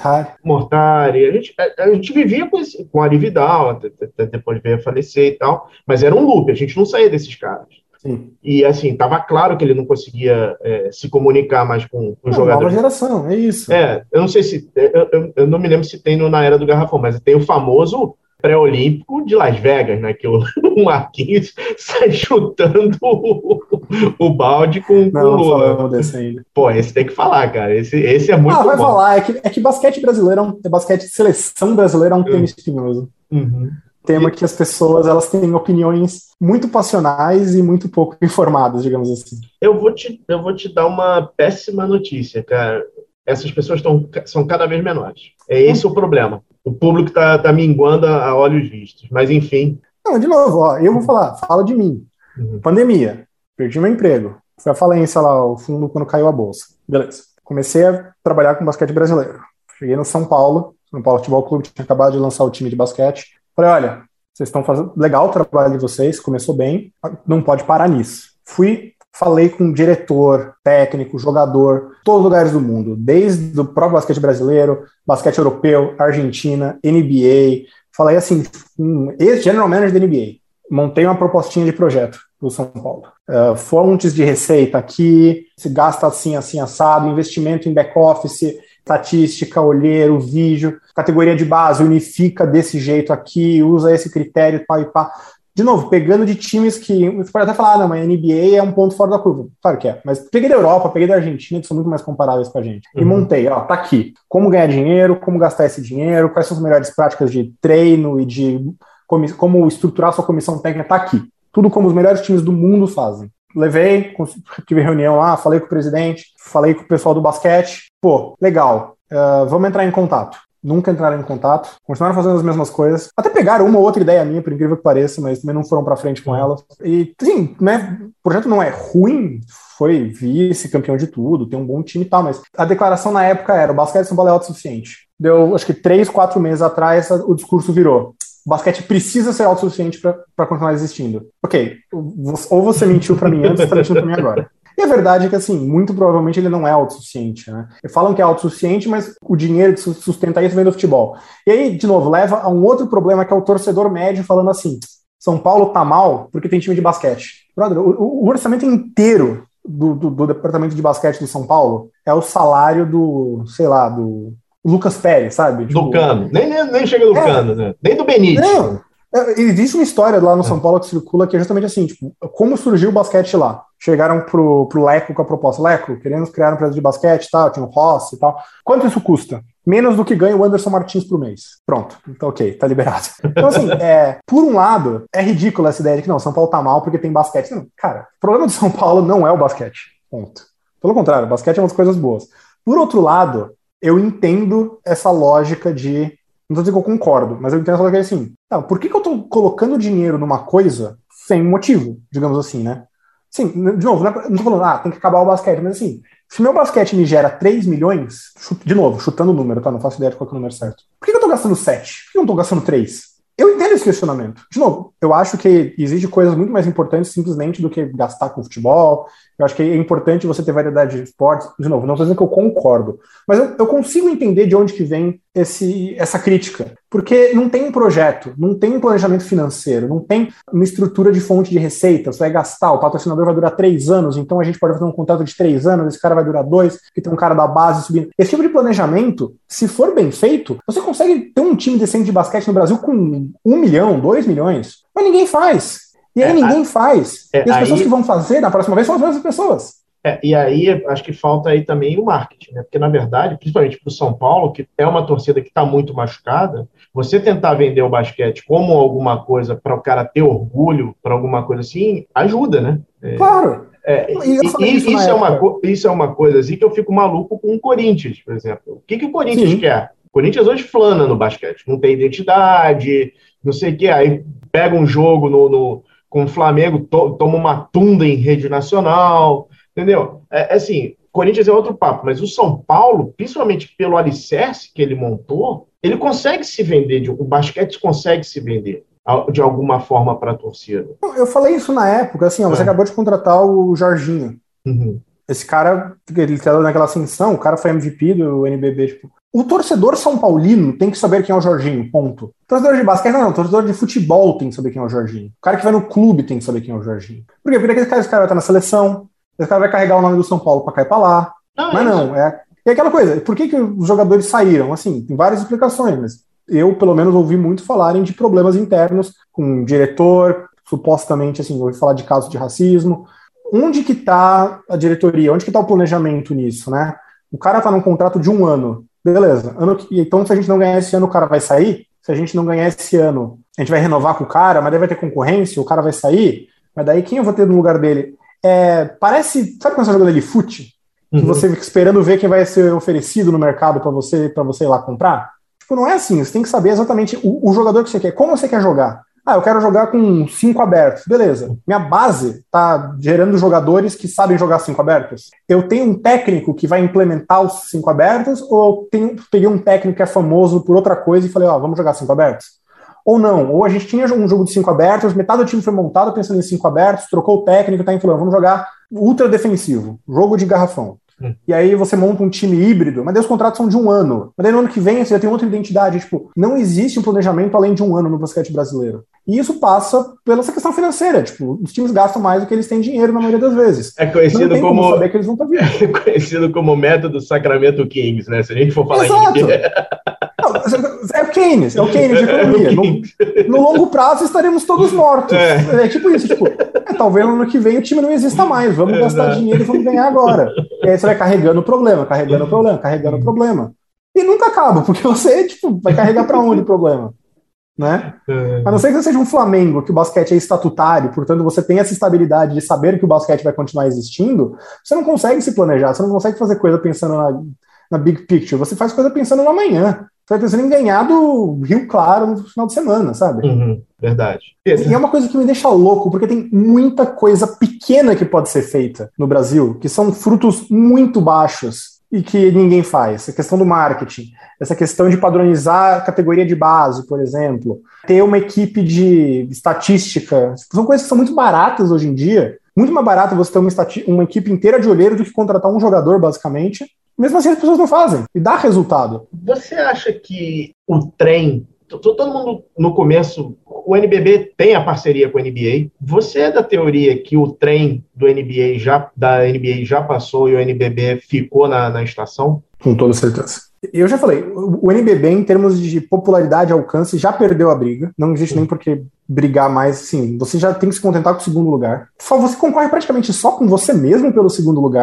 Mortari, a gente vivia com o Ari Vidal, até depois veio a falecer e tal, mas era um loop, a gente não saía desses caras. Sim. E assim, estava claro que ele não conseguia se comunicar mais com os jogadores. Nova geração, é isso. Eu não sei se, eu não me lembro se tem na Era do Garrafão, mas tem o famoso pré-olímpico de Las Vegas, né? Que o Marquinhos sai chutando o balde com o Lula. Não desse ainda. Pô, esse tem que falar, cara. Esse é muito bom. Vai falar. É que basquete brasileiro, basquete de seleção brasileira é um tema espinhoso. Uhum. Tema que as pessoas elas têm opiniões muito passionais e muito pouco informadas, digamos assim. Eu vou te dar uma péssima notícia, cara. Essas pessoas são cada vez menores. É esse o problema. O público está minguando a olhos vistos. Mas, enfim... Não, de novo, eu vou falar. Fala de mim. Uhum. Pandemia. Perdi meu emprego. Foi a falência lá, o fundo quando caiu a bolsa. Beleza. Comecei a trabalhar com basquete brasileiro. Cheguei no São Paulo Futebol Clube tinha acabado de lançar o time de basquete. Falei, olha, vocês estão fazendo legal o trabalho de vocês, começou bem, não pode parar nisso. Falei com diretor, técnico, jogador, todos os lugares do mundo, desde o próprio basquete brasileiro, basquete europeu, Argentina, NBA. Falei assim, ex-general manager da NBA. Montei uma propostinha de projeto do São Paulo. Fontes de receita aqui, se gasta assim, assim, assado, investimento em back-office, estatística, olheiro, vídeo, categoria de base, unifica desse jeito aqui, usa esse critério, pá e pá. De novo, pegando de times que... Você pode até falar, não, mas a NBA é um ponto fora da curva. Claro que é, mas peguei da Europa, peguei da Argentina, que são muito mais comparáveis com a gente. E montei, tá aqui. Como ganhar dinheiro, como gastar esse dinheiro, quais são as melhores práticas de treino e de como estruturar sua comissão técnica, tá aqui. Tudo como os melhores times do mundo fazem. Levei, tive reunião lá, falei com o presidente, falei com o pessoal do basquete. Pô, legal, vamos entrar em contato. Nunca entraram em contato, continuaram fazendo as mesmas coisas, até pegaram uma ou outra ideia minha, por incrível que pareça, mas também não foram pra frente com elas. E, sim, né, o projeto não é ruim, foi vice-campeão de tudo, tem um bom time e tal, mas a declaração na época era, o basquete de São Paulo é autossuficiente. Deu, acho que 3, 4 meses atrás, o discurso virou, o basquete precisa ser autossuficiente para continuar existindo. Ok, ou você mentiu pra mim antes, ou você tá mentindo pra mim agora. E a verdade é que, assim, muito provavelmente ele não é autossuficiente, né? Falam que é autossuficiente, mas o dinheiro que sustenta isso vem do futebol. E aí, de novo, leva a um outro problema, que é o torcedor médio falando assim, São Paulo tá mal porque tem time de basquete. Brother, o orçamento inteiro do departamento de basquete do São Paulo é o salário do, sei lá, do Lucas Pérez, sabe? Do Cano. Nem chega do Cano, né? Nem do Benítez. Não. Existe uma história lá no São Paulo que circula que é justamente assim, tipo, como surgiu o basquete lá. Chegaram pro Leco com a proposta, Leco, queremos criar uma empresa de basquete e tal, tinha o Rossi e tal. Quanto isso custa? menos do que ganha o Anderson Martins por mês. Pronto, então ok, tá liberado. Então assim, por um lado, é ridícula essa ideia de que não, São Paulo tá mal porque tem basquete. Não, cara, o problema do São Paulo não é o basquete, ponto. Pelo contrário, o basquete é uma das coisas boas. Por outro lado, eu entendo essa lógica de, não tô dizendo que eu concordo, mas eu entendo essa lógica assim, não, por que eu tô colocando dinheiro numa coisa sem motivo, digamos assim, né? Sim, de novo, não tô falando, tem que acabar o basquete, mas assim, se meu basquete me gera 3 milhões, de novo, chutando o número, tá? Não faço ideia de qual é o número certo. Por que eu tô gastando 7? Por que eu não tô gastando 3? Eu entendo esse questionamento. De novo, eu acho que existe coisas muito mais importantes simplesmente do que gastar com futebol. Eu acho que é importante você ter variedade de esportes. De novo, não estou dizendo que eu concordo, mas eu consigo entender de onde que vem essa crítica. Porque não tem um projeto, não tem um planejamento financeiro, não tem uma estrutura de fonte de receita. Você vai gastar, o patrocinador vai durar 3 anos, então a gente pode fazer um contrato de 3 anos, esse cara vai durar 2, que tem um cara da base subindo. Esse tipo de planejamento, se for bem feito, você consegue ter um time decente de basquete no Brasil com 1 milhão, 2 milhões, mas ninguém faz. E aí ninguém faz. E as pessoas que vão fazer na próxima vez são as mesmas pessoas. E aí, acho que falta aí também o marketing, né? Porque, na verdade, principalmente para o São Paulo, que é uma torcida que está muito machucada, você tentar vender o basquete como alguma coisa para o cara ter orgulho, para alguma coisa assim, ajuda, né? Claro. Isso é uma coisa assim que eu fico maluco com o Corinthians, por exemplo. O que o Corinthians quer? O Corinthians hoje flana no basquete, não tem identidade, não sei o quê. Aí pega um jogo com o Flamengo, toma uma tunda em rede nacional, entendeu? Assim, Corinthians é outro papo, mas o São Paulo, principalmente pelo alicerce que ele montou, ele consegue se vender, o basquete consegue se vender de alguma forma para a torcida. Eu falei isso na época, assim, você acabou de contratar o Jorginho. Uhum. Esse cara, ele tá naquela ascensão, o cara foi MVP do NBB, tipo... O torcedor são paulino tem que saber quem é o Jorginho, ponto. O torcedor de basquete, não, o torcedor de futebol tem que saber quem é o Jorginho. O cara que vai no clube tem que saber quem é o Jorginho. Por quê? Porque esse cara vai estar na seleção, esse cara vai carregar o nome do São Paulo pra cá e pra lá. É aquela coisa, por que os jogadores saíram? Assim, tem várias explicações, mas eu, pelo menos, ouvi muito falarem de problemas internos com o diretor, supostamente, assim, ouvi falar de casos de racismo. Onde que tá a diretoria? Onde que tá o planejamento nisso, né? O cara tá num contrato de 1 ano. Beleza. Então, se a gente não ganhar esse ano, o cara vai sair? Se a gente não ganhar esse ano, a gente vai renovar com o cara, mas daí vai ter concorrência, o cara vai sair? Mas daí quem eu vou ter no lugar dele? Parece... Sabe quando você joga de fute? Que você fica esperando ver quem vai ser oferecido no mercado para você ir lá comprar? Tipo, não é assim. Você tem que saber exatamente o jogador que você quer. Como você quer jogar? Eu quero jogar com 5 abertos. Beleza. Minha base tá gerando jogadores que sabem jogar 5 abertos. Eu tenho um técnico que vai implementar os 5 abertos ou peguei um técnico que é famoso por outra coisa e falei, vamos jogar 5 abertos? Ou não. Ou a gente tinha um jogo de 5 abertos, metade do time foi montado pensando em 5 abertos, trocou o técnico, tá falando, vamos jogar ultra defensivo, jogo de garrafão. E aí você monta um time híbrido, mas daí os contratos são de 1 ano. Mas daí no ano que vem você já tem outra identidade. Tipo, não existe um planejamento além de 1 ano no basquete brasileiro. E isso passa pela essa questão financeira. Tipo, os times gastam mais do que eles têm dinheiro na maioria das vezes. É conhecido como saber que eles vão estar vindo. É conhecido como método Sacramento Kings, né? Se a gente for falar em é o Keynes de economia. No longo prazo estaremos todos mortos. É tipo isso, tipo, talvez no ano que vem o time não exista mais, vamos gastar dinheiro e vamos ganhar agora. E aí você vai carregando o problema. E nunca acaba, porque você, tipo, vai carregar pra onde o problema? Né? A não ser que você seja um Flamengo, que o basquete é estatutário, portanto você tem essa estabilidade de saber que o basquete vai continuar existindo, você não consegue se planejar, você não consegue fazer coisa pensando na big picture, você faz coisa pensando no amanhã. Você vai pensando em ganhar do Rio Claro no final de semana, sabe? Verdade. E é uma coisa que me deixa louco, porque tem muita coisa pequena que pode ser feita no Brasil, que são frutos muito baixos e que ninguém faz. Essa questão do marketing, essa questão de padronizar a categoria de base, por exemplo, ter uma equipe de estatística, são coisas que são muito baratas hoje em dia. Muito mais barato você ter uma equipe inteira de olheiro do que contratar um jogador, basicamente. Mesmo assim, as pessoas não fazem. E dá resultado. Você acha que o trem... Todo mundo, no começo, o NBB tem a parceria com a NBA. Você é da teoria que o trem da NBA já passou e o NBB ficou na estação? Com toda certeza. Eu já falei, o NBB, em termos de popularidade e alcance, já perdeu a briga. Não existe nem por que brigar mais. Assim, você já tem que se contentar com o segundo lugar. Você concorre praticamente só com você mesmo pelo segundo lugar.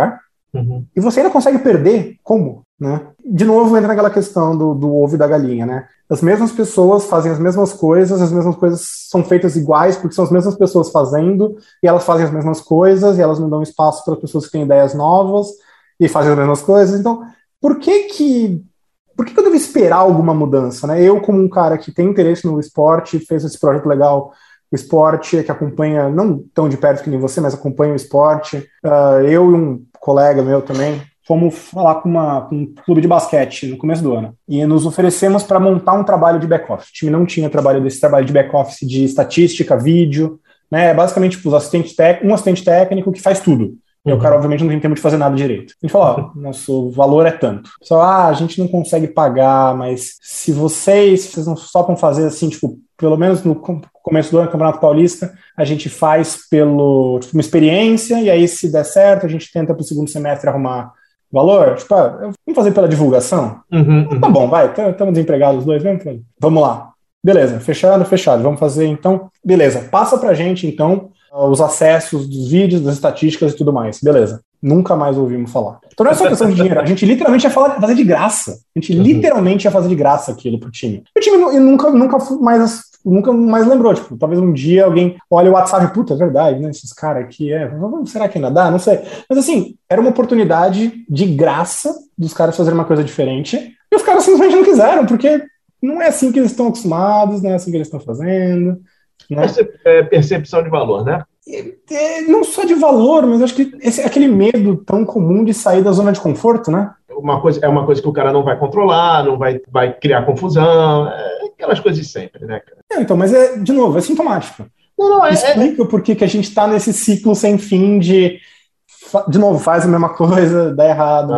E você ainda consegue perder? Como? Né? De novo, entra naquela questão do ovo e da galinha, né? As mesmas pessoas fazem as mesmas coisas são feitas iguais, porque são as mesmas pessoas fazendo, e elas fazem as mesmas coisas, e elas não dão espaço para pessoas que têm ideias novas, e fazem as mesmas coisas. Então, por que eu devo esperar alguma mudança, né? Eu, como um cara que tem interesse no esporte, fez esse projeto legal, o esporte, que acompanha, não tão de perto que nem você, mas acompanha o esporte. Eu e um colega meu também, fomos falar com um clube de basquete no começo do ano. E nos oferecemos para montar um trabalho de back-office. O time não tinha trabalho de back-office de estatística, vídeo, né? Basicamente, tipo, um assistente técnico que faz tudo. E o cara, obviamente, não tem tempo de fazer nada direito. A gente falou, nosso valor é tanto. Só, a gente não consegue pagar, mas se vocês não só vão fazer assim, tipo, pelo menos no começo do ano, Campeonato Paulista, a gente faz uma experiência, e aí se der certo, a gente tenta pro segundo semestre arrumar valor. Tipo, vamos fazer pela divulgação? Tá bom, vai, estamos desempregados os dois, vamos lá. Beleza, fechado, vamos fazer então. Beleza, passa pra gente então os acessos dos vídeos, das estatísticas e tudo mais. Beleza. Nunca mais ouvimos falar. Então não é só questão de dinheiro. A gente literalmente ia fazer de graça. A gente literalmente ia fazer de graça aquilo pro time. O time nunca mais lembrou. Tipo, talvez um dia alguém olhe o WhatsApp, puta, é verdade, né? Esses caras aqui, será que ainda dá? Não sei. Mas assim, era uma oportunidade de graça dos caras fazerem uma coisa diferente. E os caras simplesmente não quiseram, porque não é assim que eles estão acostumados, não é assim que eles estão fazendo. Né? Percepção de valor, né? Não só de valor, mas acho que aquele medo tão comum de sair da zona de conforto, né? É uma coisa que o cara não vai controlar, não vai criar confusão, aquelas coisas de sempre, né, cara? Então, mas de novo, é sintomático. Explica por que a gente está nesse ciclo sem fim de novo, faz a mesma coisa, dá errado.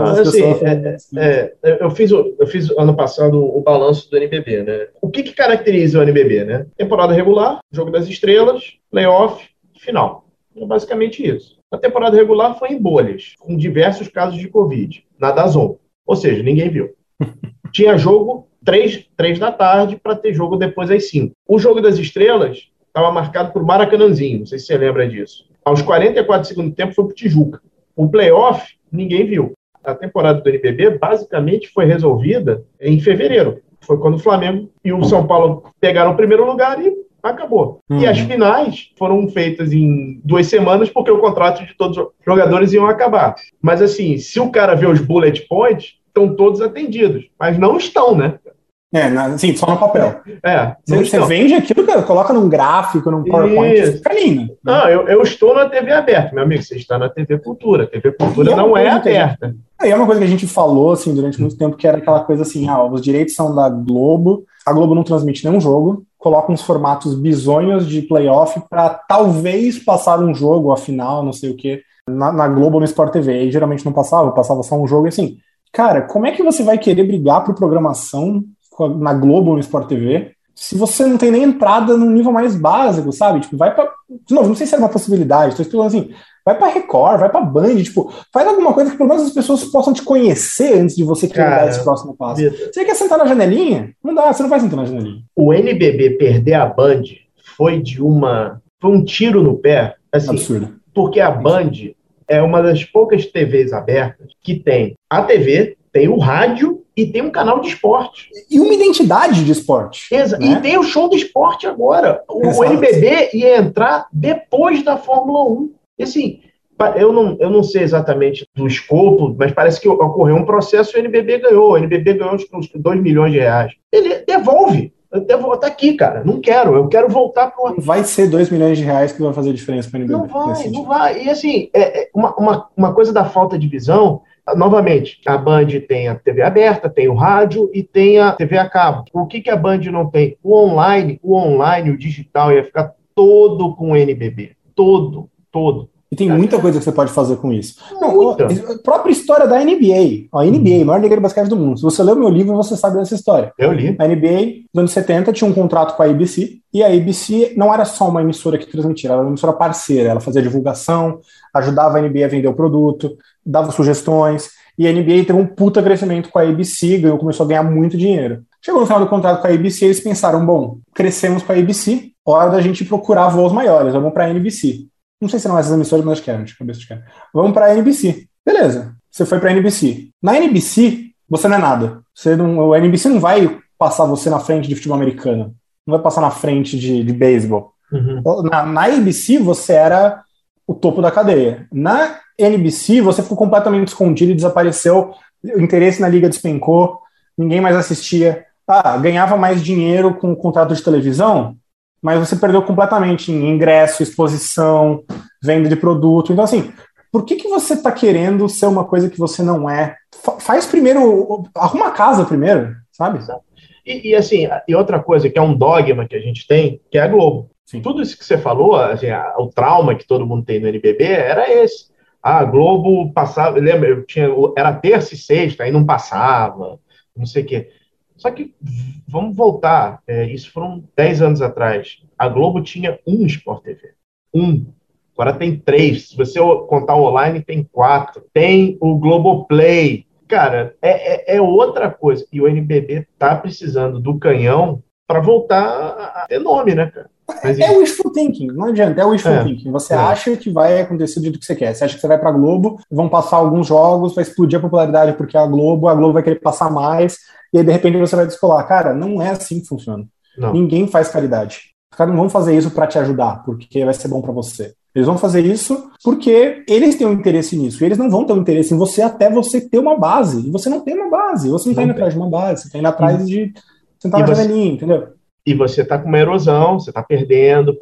Eu fiz ano passado o balanço do NBB, né? O que caracteriza o NBB, né? Temporada regular, jogo das estrelas, playoff, final. É basicamente isso. A temporada regular foi em bolhas, com diversos casos de Covid, na DAZN. Ou seja, ninguém viu. Tinha jogo 3 da tarde para ter jogo depois às 5. O jogo das estrelas estava marcado por Maracanãzinho, não sei se você lembra disso. Aos 44 do segundo tempo foi para o Tijuca. O playoff, ninguém viu. A temporada do NBB basicamente foi resolvida em fevereiro. Foi quando o Flamengo e o São Paulo pegaram o primeiro lugar e acabou. E as finais foram feitas em 2 semanas porque o contrato de todos os jogadores iam acabar. Mas assim, se o cara vê os bullet points, estão todos atendidos. Mas não estão, né? Sim, só no papel. Você estão. vende aquilo, cara, coloca num gráfico, num PowerPoint, fica lindo. Não, eu estou na TV aberta, meu amigo, você está na TV Cultura. TV Cultura não é aberta. É uma coisa que a gente falou, assim, durante muito tempo, que era aquela coisa assim, os direitos são da Globo, a Globo não transmite nenhum jogo, coloca uns formatos bizonhos de playoff para talvez passar um jogo, a final, não sei o quê, na Globo no Sport TV. E geralmente não passava só um jogo, e assim, cara, como é que você vai querer brigar por programação na Globo ou no Sport TV, se você não tem nem entrada no nível mais básico, sabe? Tipo, vai pra... De novo, não sei se era uma possibilidade, tô explicando assim, vai pra Record, vai pra Band, tipo, faz alguma coisa que pelo menos as pessoas possam te conhecer antes de você querer dar esse próximo passo. Você quer sentar na janelinha? Não dá, você não vai sentar na janelinha. O NBB perder a Band foi um tiro no pé, assim, absurdo. Porque a Band é uma das poucas TVs abertas que tem a TV, tem o rádio e tem um canal de esporte. E uma identidade de esporte. Né? E tem o show do esporte agora. O NBB ia entrar depois da Fórmula 1. E assim, eu não sei exatamente do escopo, mas parece que ocorreu um processo e o NBB ganhou. O NBB ganhou uns 2 milhões de reais. Ele devolve. Tá aqui, cara. Não quero. Eu quero voltar para Vai ser 2 milhões de reais que vai fazer diferença para o NBB. Não vai. E assim, uma coisa da falta de visão. Novamente, a Band tem a TV aberta, tem o rádio e tem a TV a cabo. O que a Band não tem? O online, o digital ia ficar todo com o NBB. Todo. E tem muita coisa que você pode fazer com isso. A própria história da NBA. A NBA, maior liga de basquete do mundo. Se você ler o meu livro, você sabe dessa história. Eu li. A NBA, nos anos 70, tinha um contrato com a ABC. E a ABC não era só uma emissora que transmitia, ela era uma emissora parceira. Ela fazia divulgação, ajudava a NBA a vender o produto, dava sugestões. E a NBA teve um puta crescimento com a ABC, começou a ganhar muito dinheiro. Chegou no final do contrato com a ABC, eles pensaram, bom, crescemos com a ABC, hora da gente procurar voos maiores, vamos para a NBC. Não sei se eram essas emissoras, mas acho que eram, de cabeça de cara. Vamos para a NBC. Beleza. você foi pra NBC. Na NBC, você não é nada. A NBC não vai passar você na frente de futebol americano. Não vai passar na frente de beisebol. Na ABC, você era o topo da cadeia. Na NBC, você ficou completamente escondido e desapareceu. O interesse na liga despencou. Ninguém mais assistia. Ganhava mais dinheiro com o contrato de televisão, mas você perdeu completamente em ingresso, exposição, venda de produto. Então, assim, por que você está querendo ser uma coisa que você não é? Faz primeiro, arruma a casa primeiro, sabe? Assim, e outra coisa que é um dogma que a gente tem, que é a Globo. Sim. Tudo isso que você falou, assim, o trauma que todo mundo tem no NBB era esse. A Globo passava, lembra, era terça e sexta, aí não passava, não sei o quê. Só que, vamos voltar, isso foram 10 anos atrás. A Globo tinha um Sport TV. Agora tem 3. Se você contar o online, tem 4. Tem o Globoplay. Cara, é outra coisa. E o NBB tá precisando do canhão para voltar a ter nome, né, cara? Mas, é wishful thinking, não adianta, é wishful thinking. Você acha que vai acontecer do jeito que você quer. Você acha que você vai pra Globo, vão passar alguns jogos, vai explodir a popularidade porque a Globo vai querer passar mais, e aí de repente você vai descolar. Cara, não é assim que funciona. Não. Ninguém faz caridade. Os caras não vão fazer isso pra te ajudar, porque vai ser bom pra você. Eles vão fazer isso porque eles têm um interesse nisso. E eles não vão ter um interesse em você até você ter uma base. E você não tem uma base. Você não está indo atrás de uma base. Você está indo atrás de sentar na janelinha, entendeu? E você está com uma erosão, você está perdendo,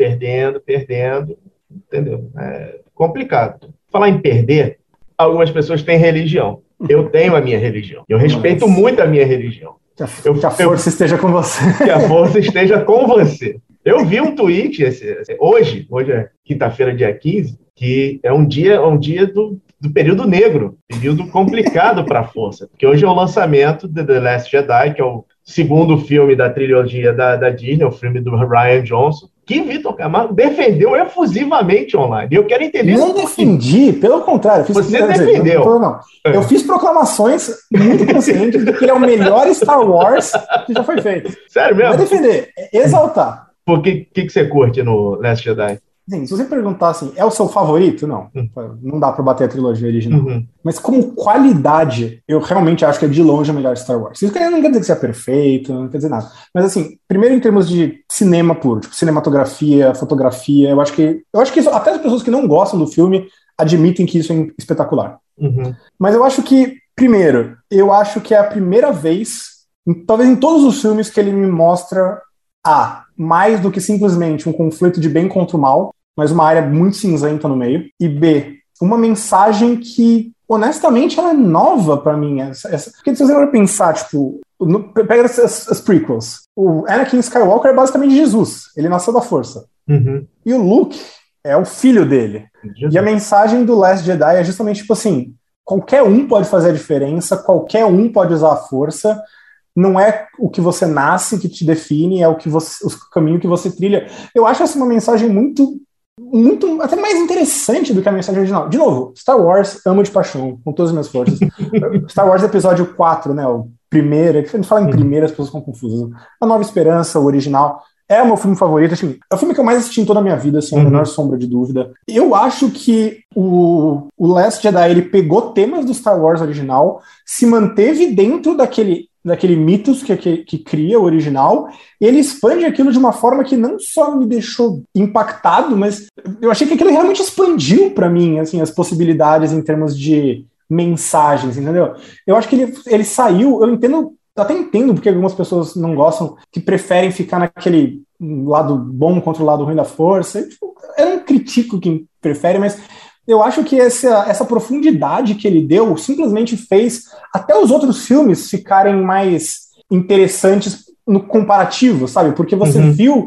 entendeu? É complicado. Falar em perder, algumas pessoas têm religião. Eu tenho a minha religião. Eu respeito muito a minha religião. Que a força esteja com você. Que a força esteja com você. Eu vi um tweet hoje é quinta-feira, dia 15, que é um dia do período negro, período complicado para a força. Porque hoje é o lançamento de The Last Jedi, que é o segundo filme da trilogia da Disney, o filme do Rian Johnson, que Vitor Camargo defendeu efusivamente online. E eu quero entender... Não defendi, pelo contrário. Você defendeu. Eu fiz proclamações muito conscientes de que ele é o melhor Star Wars que já foi feito. Sério mesmo? Não é defender, é exaltar. Por que você curte no Last Jedi? Sim, se você perguntar assim, é o seu favorito? Não. Não dá pra bater a trilogia original. Mas como qualidade, eu realmente acho que é de longe o melhor Star Wars. Isso não quer dizer que seja perfeito, não quer dizer nada. Mas assim, primeiro em termos de cinema puro, tipo cinematografia, fotografia, eu acho que isso, até as pessoas que não gostam do filme admitem que isso é espetacular. Mas eu acho que, primeiro, é a primeira vez, talvez em todos os filmes, que ele me mostra mais do que simplesmente um conflito de bem contra o mal, mas uma área muito cinzenta no meio, e B, uma mensagem que, honestamente, ela é nova pra mim. Porque se você for pensar, tipo, pega as prequels, o Anakin Skywalker é basicamente Jesus, ele nasceu da força. E o Luke é o filho dele. E a mensagem do Last Jedi é justamente, tipo assim, qualquer um pode fazer a diferença, qualquer um pode usar a força, não é o que você nasce que te define, é o caminho que você trilha. Eu acho essa uma mensagem muito, até mais interessante do que a mensagem original. De novo, Star Wars, amo de paixão, com todas as minhas forças. Star Wars episódio 4, né, o primeiro, que a gente fala em primeiro, as pessoas ficam confusas. A Nova Esperança, o original, é o meu filme favorito, assim, é o filme que eu mais assisti em toda a minha vida, sem a menor sombra de dúvida. Eu acho que o Last Jedi, ele pegou temas do Star Wars original, se manteve dentro daquele mitos que cria o original, e ele expande aquilo de uma forma que não só me deixou impactado, mas eu achei que aquilo realmente expandiu para mim, assim, as possibilidades em termos de mensagens, entendeu? Eu acho que ele saiu, até entendo porque algumas pessoas não gostam, que preferem ficar naquele lado bom contra o lado ruim da força. Eu não critico quem prefere, mas eu acho que essa profundidade que ele deu simplesmente fez até os outros filmes ficarem mais interessantes no comparativo, sabe? Porque você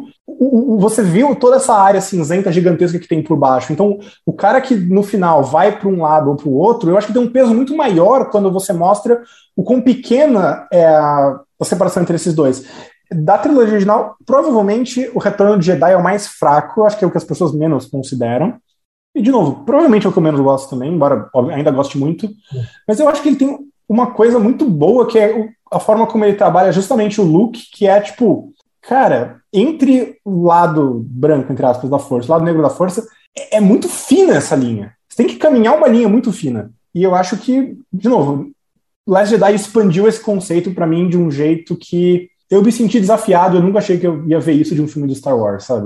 viu toda essa área cinzenta gigantesca que tem por baixo. Então, o cara que no final vai para um lado ou para o outro, eu acho que tem um peso muito maior quando você mostra o quão pequena é a separação entre esses dois. Da trilogia original, provavelmente o Retorno de Jedi é o mais fraco, eu acho que é o que as pessoas menos consideram. E, de novo, provavelmente é o que eu menos gosto também, embora ainda goste muito. Mas eu acho que ele tem uma coisa muito boa, que é a forma como ele trabalha justamente o Luke, que é, tipo, cara, entre o lado branco, entre aspas, da força, o lado negro da força, é muito fina essa linha. Você tem que caminhar uma linha muito fina. E eu acho que, de novo, Last Jedi expandiu esse conceito pra mim de um jeito que eu me senti desafiado. Eu nunca achei que eu ia ver isso de um filme de Star Wars, sabe?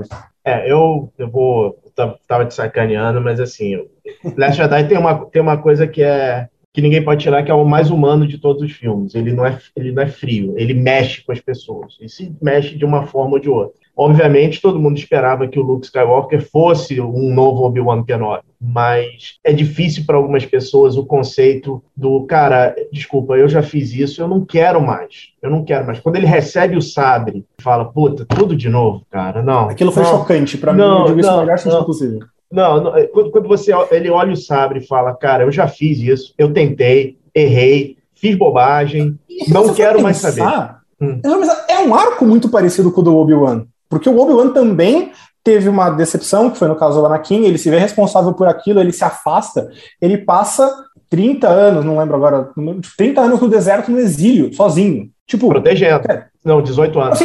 Tava te sacaneando, mas assim, Last Jedi tem uma coisa que ninguém pode tirar, que é o mais humano de todos os filmes. Ele não é frio, ele mexe com as pessoas. E se mexe de uma forma ou de outra. Obviamente, todo mundo esperava que o Luke Skywalker fosse um novo Obi-Wan Kenobi, mas é difícil para algumas pessoas o conceito do, cara, desculpa, eu já fiz isso, eu não quero mais. Quando ele recebe o sabre, fala, puta, tudo de novo, cara, não. Aquilo foi chocante para mim, eu digo isso no melhor sentido possível. Quando ele olha o sabre e fala, cara, eu já fiz isso, eu tentei, errei, fiz bobagem, não quero mais saber. É um arco muito parecido com o do Obi-Wan. Porque o Obi-Wan também teve uma decepção, que foi no caso do Anakin, ele se vê responsável por aquilo, ele se afasta, ele passa 30 anos, não lembro agora, 30 anos no deserto, no exílio, sozinho. Tipo, protegendo. Não, 18 anos.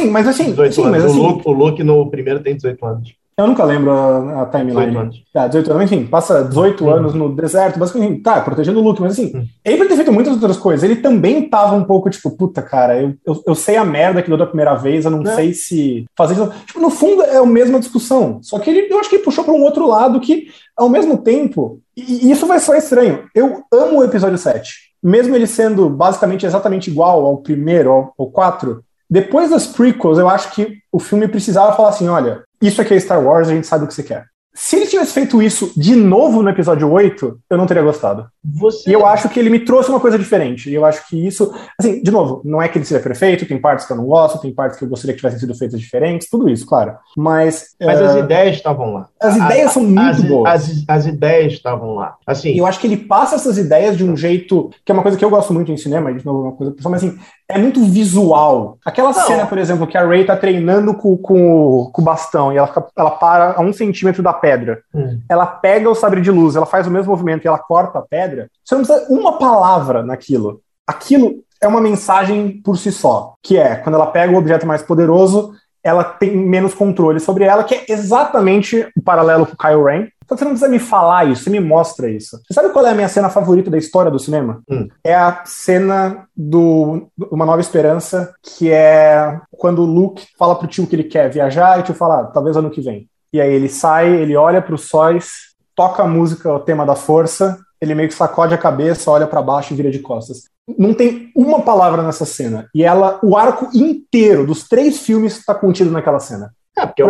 O Luke no primeiro tem 18 anos. Eu nunca lembro a timeline. 18 anos. 18 anos, enfim, passa 18 anos no deserto, basicamente, protegendo o Luke, mas assim, ele pode ter feito muitas outras coisas, ele também tava um pouco, tipo, puta, cara, eu sei a merda que deu da primeira vez, eu não sei se fazer isso. Tipo, no fundo é a mesma discussão, só que eu acho que ele puxou pra um outro lado que, ao mesmo tempo, e isso vai soar estranho, eu amo o episódio 7, mesmo ele sendo basicamente exatamente igual ao primeiro, ao 4, depois das prequels, eu acho que o filme precisava falar assim, olha, isso aqui é Star Wars, a gente sabe o que você quer. Se ele tivesse feito isso de novo no episódio 8, eu não teria gostado. E eu acho que ele me trouxe uma coisa diferente. E eu acho que isso... Assim, de novo, não é que ele seja perfeito, tem partes que eu não gosto, tem partes que eu gostaria que tivessem sido feitas diferentes, tudo isso, claro. Mas as ideias estavam lá. As ideias são muito boas. As ideias estavam lá. Assim, e eu acho que ele passa essas ideias de um jeito... Que é uma coisa que eu gosto muito em cinema, e de novo, uma coisa pessoal, mas assim, é muito visual. Aquela cena, por exemplo, que a Rey tá treinando com o bastão e ela para a 1 centímetro da pedra. Ela pega o sabre de luz, ela faz o mesmo movimento e ela corta a pedra. Você não precisa uma palavra naquilo. Aquilo é uma mensagem por si só, que é, quando ela pega o objeto mais poderoso, ela tem menos controle sobre ela, que é exatamente o paralelo com o Kylo Ren. Só que você não precisa me falar isso, você me mostra isso. Você sabe qual é a minha cena favorita da história do cinema? É a cena do Uma Nova Esperança, que é quando o Luke fala pro tio que ele quer viajar e o tio fala, talvez ano que vem. E aí ele sai, ele olha pros sóis, toca a música, o tema da força, ele meio que sacode a cabeça, olha pra baixo e vira de costas. Não tem uma palavra nessa cena. E o arco inteiro dos 3 filmes está contido naquela cena. Porque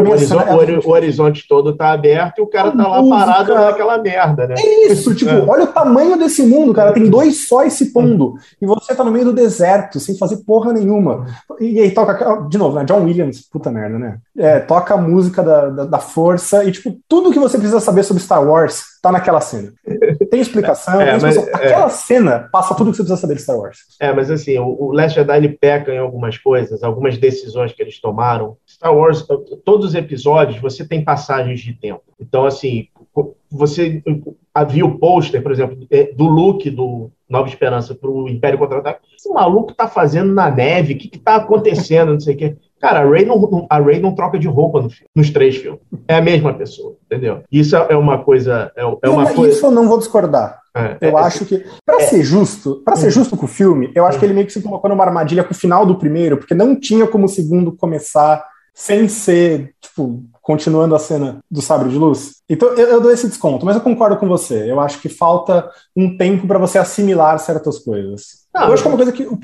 o horizonte todo tá aberto e o cara tá lá parado naquela merda, né? É isso, tipo, olha o tamanho desse mundo, cara, tem 2 sóis se pondo, e você tá no meio do deserto, sem fazer porra nenhuma. E aí toca, de novo, né, John Williams, puta merda, né? Toca a música da força, e tipo, tudo que você precisa saber sobre Star Wars tá naquela cena. Tem explicação, aquela cena passa tudo que você precisa saber de Star Wars. Mas assim, o Last Jedi, ele peca em algumas coisas, algumas decisões que eles tomaram. Star Wars, todos os episódios, você tem passagens de tempo. Então, assim, você havia o pôster, por exemplo, do Luke, do Nova Esperança pro Império Contra-Ataque. Esse maluco tá fazendo na neve? O que tá acontecendo? Não sei o quê. Cara, a Rey não troca de roupa nos 3 filmes. É a mesma pessoa, entendeu? Isso é uma coisa... Isso eu não vou discordar. Eu acho que, pra ser justo com o filme, eu acho que ele meio que se colocou numa armadilha com o final do primeiro, porque não tinha como o segundo começar sem ser, tipo, continuando a cena do sabre de luz. Então eu dou esse desconto, mas eu concordo com você. Eu acho que falta um tempo pra você assimilar certas coisas. Eu acho que é uma coisa que... A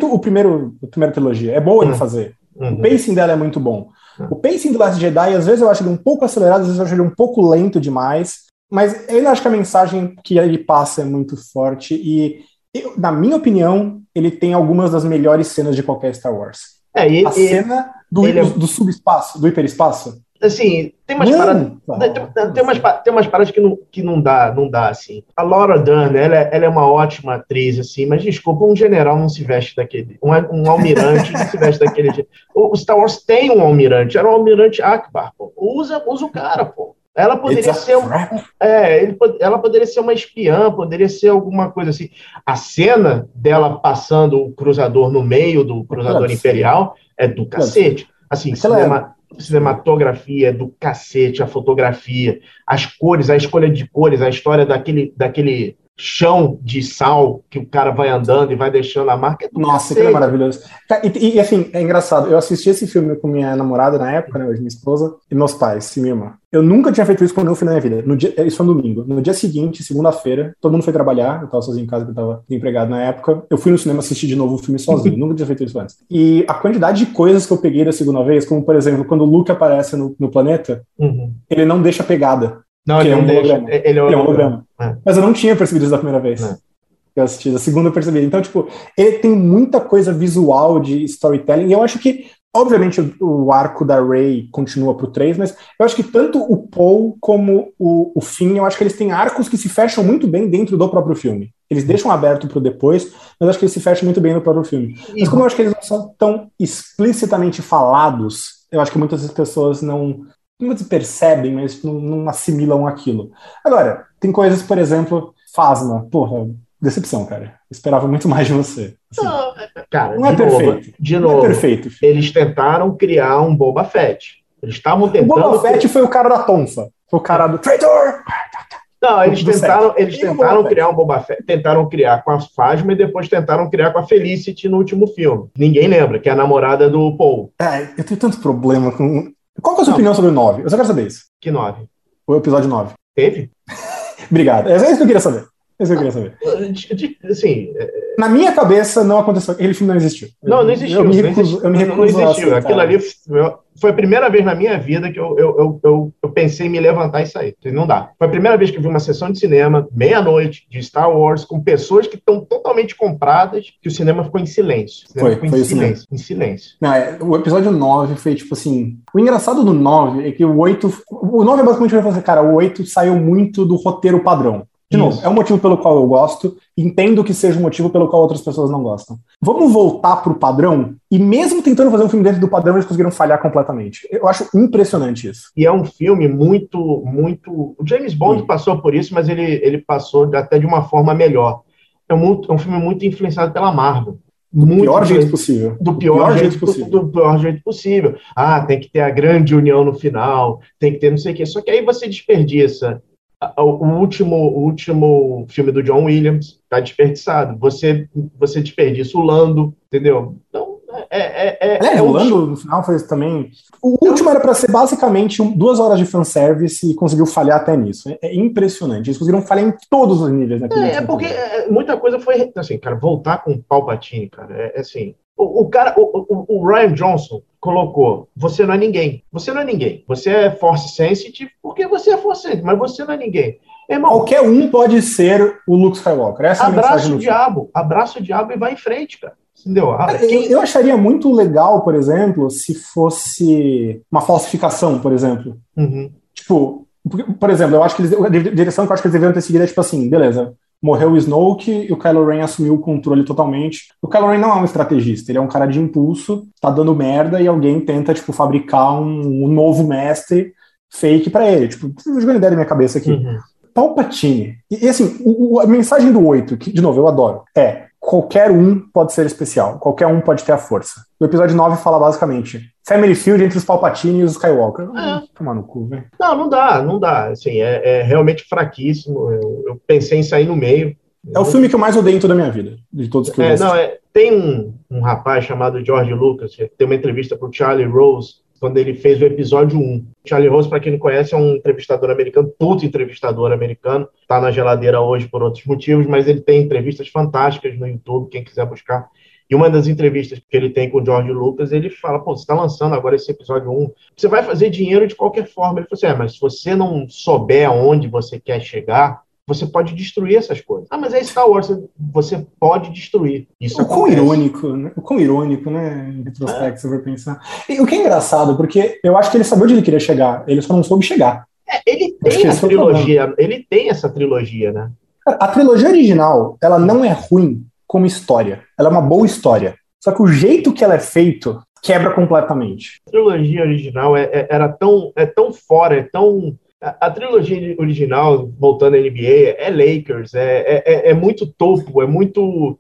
primeira trilogia é boa de fazer. O pacing dela é muito bom. O pacing do Last Jedi, às vezes eu acho ele um pouco acelerado, às vezes eu acho ele um pouco lento demais, mas eu ainda acho que a mensagem que ele passa é muito forte e, na minha opinião, ele tem algumas das melhores cenas de qualquer Star Wars. A cena do subespaço, do hiperespaço. Assim, tem umas paradas... Tem umas paradas que não dá, assim. A Laura Dern, ela é uma ótima atriz, assim, mas desculpa, um general não se veste daquele... Um almirante não se veste daquele jeito. O Star Wars tem um almirante, era o almirante Akbar, pô. Usa o cara, pô. Ela poderia ser ela poderia ser uma espiã, poderia ser alguma coisa assim. A cena dela passando o cruzador no meio do cruzador imperial é do cacete. Assim, cinematografia é do cacete, a fotografia, as cores, a escolha de cores, a história daquele chão de sal que o cara vai andando e vai deixando a marca. Nossa, que é maravilhoso. E assim, é engraçado, eu assisti esse filme com minha namorada na época, né, hoje minha esposa, e meus pais, e minha irmã. Eu nunca tinha feito isso com nenhum filme na minha vida. Isso foi um domingo. No dia seguinte, segunda-feira, todo mundo foi trabalhar, eu tava sozinho em casa, porque eu tava empregado na época. Eu fui no cinema assistir de novo o filme sozinho, nunca tinha feito isso antes. E a quantidade de coisas que eu peguei da segunda vez, como por exemplo, quando o Luke aparece no planeta, ele não deixa pegada. Não, ele não deixa. Ele é um holograma. Mas eu não tinha percebido isso da primeira vez. Que eu assisti, da segunda eu percebi. Então, tipo, ele tem muita coisa visual de storytelling, e eu acho que, obviamente, o arco da Rey continua pro 3, mas eu acho que tanto o Paul como o Finn, eu acho que eles têm arcos que se fecham muito bem dentro do próprio filme. Eles deixam aberto pro depois, mas eu acho que eles se fecham muito bem no próprio filme. Mas como eu acho que eles não são tão explicitamente falados, eu acho que muitas pessoas não percebem, mas não assimilam aquilo. Agora, tem coisas, por exemplo, Phasma. Porra, decepção, cara. Eu esperava muito mais de você. Assim, não, cara, não é perfeito. De novo, não é perfeito. Eles tentaram criar um Boba Fett. Eles estavam tentando... O Boba Fett foi o cara da tonfa. Foi o cara do traitor! Não, eles tentaram criar um Boba Fett. Tentaram criar com a Phasma e depois tentaram criar com a Felicity no último filme. Ninguém lembra, que é a namorada do Paul. Eu tenho tanto problema com... Qual que é a sua opinião sobre o 9? Eu só quero saber isso. Que 9? O episódio 9. Teve? Obrigado. É isso que eu queria saber. Assim, na minha cabeça não aconteceu. Aquele filme não existiu. Não existiu. Eu me recuso não existiu. Aquilo ali foi a primeira vez na minha vida que eu pensei em me levantar e sair. Não dá. Foi a primeira vez que eu vi uma sessão de cinema, meia-noite, de Star Wars, com pessoas que estão totalmente compradas, que o cinema ficou em silêncio. Foi em silêncio. Não, o episódio 9 foi tipo assim... O engraçado do 9 é que o 8... O 9 é basicamente vai fazer, cara, o 8 saiu muito do roteiro padrão. De novo, é um motivo pelo qual eu gosto, entendo que seja um motivo pelo qual outras pessoas não gostam. Vamos voltar pro padrão, e mesmo tentando fazer um filme dentro do padrão, eles conseguiram falhar completamente. Eu acho impressionante isso. E é um filme muito... O James Bond passou por isso, mas ele passou até de uma forma melhor. É um filme muito influenciado pela Marvel. Do pior jeito possível. Do pior jeito possível. Tem que ter a grande união no final, tem que ter não sei o quê. Só que aí você desperdiça... O último filme do John Williams está desperdiçado. Você desperdiça o Lando, entendeu? Então, o Lando, no final, foi também... O último era para ser basicamente 2 horas de fanservice e conseguiu falhar até nisso. É impressionante. Eles conseguiram falhar em todos os níveis naquele porque muita coisa foi... Assim, cara, voltar com o Palpatine, cara, assim... O Rian Johnson colocou, você não é ninguém. Você não é ninguém. Você é Force Sensitive porque você é Force Sensitive, mas você não é ninguém. Irmão, qualquer um pode ser o Luke Skywalker. Essa abraça o diabo e vai em frente, cara. Entendeu? Eu acharia muito legal, por exemplo, se fosse uma falsificação, por exemplo. Tipo, por exemplo, eu acho que a direção que eu acho que eles deveriam ter seguido é tipo assim, beleza, morreu o Snoke e o Kylo Ren assumiu o controle totalmente. O Kylo Ren não é um estrategista, ele é um cara de impulso, tá dando merda e alguém tenta, tipo, fabricar um novo mestre fake pra ele. Tipo, jogando ideia na minha cabeça aqui. Palpatine. E assim, a mensagem do 8, que, de novo, eu adoro, qualquer um pode ser especial, qualquer um pode ter a força. O episódio 9 fala basicamente Family Feud entre os Palpatine e os Skywalker. Tomar no cu, velho. Não dá. Assim, é realmente fraquíssimo. Eu pensei em sair no meio. É o filme que eu mais odeio em toda a minha vida, de todos que eu vi. Tem um rapaz chamado George Lucas, que tem uma entrevista pro Charlie Rose, quando ele fez o episódio 1. Charlie Rose, para quem não conhece, é um entrevistador americano, puto entrevistador americano, tá na geladeira hoje por outros motivos, mas ele tem entrevistas fantásticas no YouTube, quem quiser buscar. E uma das entrevistas que ele tem com o George Lucas, ele fala, você está lançando agora esse episódio 1, você vai fazer dinheiro de qualquer forma. Ele falou assim, mas se você não souber aonde você quer chegar, você pode destruir essas coisas. Mas é Star Wars, você pode destruir. Isso o quão irônico, né? Em retrospecto, se for pensar. E o que é engraçado, porque eu acho que ele sabia onde ele queria chegar, ele só não soube chegar. Ele tem essa trilogia, né? A trilogia original, ela não é ruim como história. Ela é uma boa história. Só que o jeito que ela é feito quebra completamente. A trilogia original é tão fora, A trilogia original, voltando à NBA, é Lakers, é muito topo, é muito...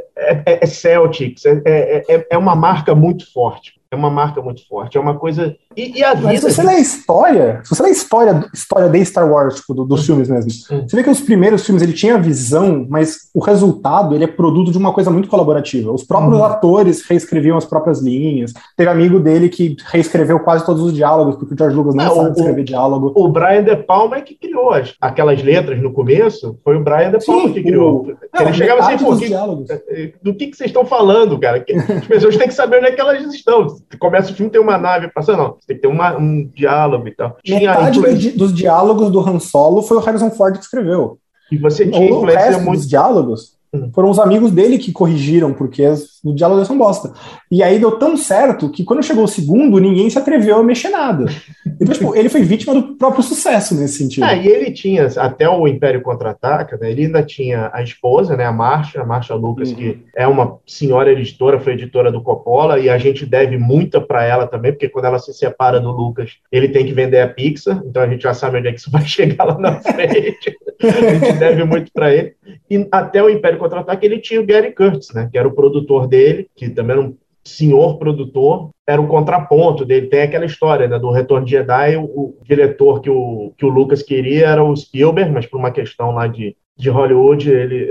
Celtics, é uma marca muito forte. É uma coisa E a vida... Mas se você lê a história, história de Star Wars, tipo, dos filmes mesmo, você vê que os primeiros filmes ele tinha visão, mas o resultado ele é produto de uma coisa muito colaborativa. Os próprios atores reescreviam as próprias linhas. Teve amigo dele que reescreveu quase todos os diálogos, porque o George Lucas não sabe escrever diálogo. O Brian De Palma é que criou aquelas letras no começo, foi o Brian De Palma que criou. Ele chegava assim, do que vocês estão falando, cara? As pessoas têm que saber onde é que elas estão. Começa o filme, tem uma nave passando, não. Tem que ter um diálogo e tal. Metade dos diálogos do Han Solo foi o Harrison Ford que escreveu. E você tinha influência muito... dos diálogos foram os amigos dele que corrigiram, porque os diálogos são bosta. E aí deu tão certo que quando chegou o segundo, ninguém se atreveu a mexer nada. Então, tipo, ele foi vítima do próprio sucesso nesse sentido. E ele tinha, até o Império Contra-Ataca, né, ele ainda tinha a esposa, né, a Marcia Lucas, que é uma senhora editora, foi editora do Coppola, e a gente deve muito para ela também, porque quando ela se separa do Lucas, ele tem que vender a Pixar, então a gente já sabe onde é que isso vai chegar lá na frente. A gente deve muito para ele. E até o Império Contra-Ataque ele tinha o Gary Kurtz, né, que era o produtor dele, que também era um senhor produtor, era o contraponto dele. Tem aquela história, né, do Retorno de Jedi, o diretor que o Lucas queria era o Spielberg, mas por uma questão lá de Hollywood,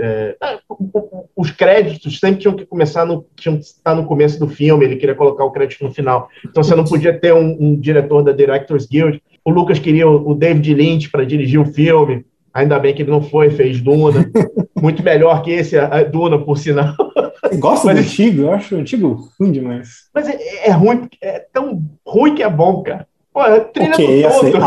os créditos sempre tinham que estar no começo do filme, ele queria colocar o crédito no final. Então você não podia ter um diretor da Directors Guild. O Lucas queria o David Lynch para dirigir o filme. Ainda bem que ele não fez Duna. Muito melhor que esse, a Duna, por sinal. Eu gosto do antigo, eu acho o antigo ruim demais. Mas é ruim, é tão ruim que é bom, cara. Pô, trilha ok,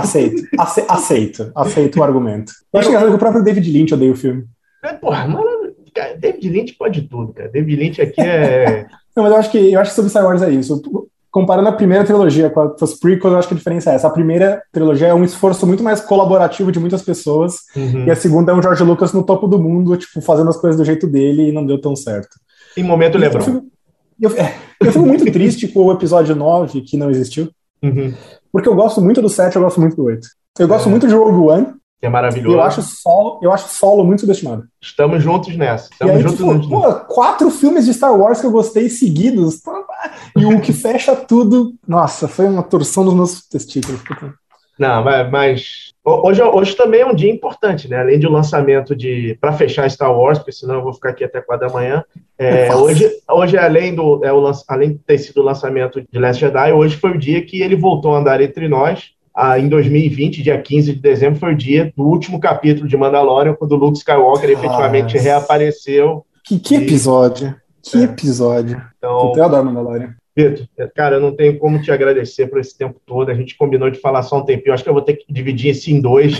aceito o argumento. Eu acho que o próprio David Lynch odeia o filme. Porra, mano, cara, David Lynch pode tudo, cara. David Lynch aqui é... Não, mas eu acho que sobre Star Wars é isso. Comparando a primeira trilogia com as prequels, eu acho que a diferença é essa. A primeira trilogia é um esforço muito mais colaborativo de muitas pessoas, e a segunda é um George Lucas no topo do mundo, tipo, fazendo as coisas do jeito dele e não deu tão certo. Em momento LeBron. Eu fico muito triste com o episódio 9, que não existiu, porque eu gosto muito do 7, eu gosto muito do 8. Eu gosto muito de Rogue One, que é maravilhoso. Eu acho Solo muito subestimado. Estamos juntos nessa. Estamos juntos. 4 filmes de Star Wars que eu gostei seguidos, e o que fecha tudo, nossa, foi uma torção dos meus testículos. Não, mas hoje também é um dia importante, né? Além do lançamento para fechar Star Wars, porque senão eu vou ficar aqui até 4 da manhã. Hoje além de ter sido o lançamento de Last Jedi, hoje foi o dia que ele voltou a andar entre nós. Em 2020, dia 15 de dezembro, foi o dia do último capítulo de Mandalorian, quando o Luke Skywalker efetivamente reapareceu. Que episódio! Que episódio! Então, eu adoro Mandalorian. Vitor, cara, eu não tenho como te agradecer por esse tempo todo. A gente combinou de falar só um tempinho. Acho que eu vou ter que dividir isso em 2.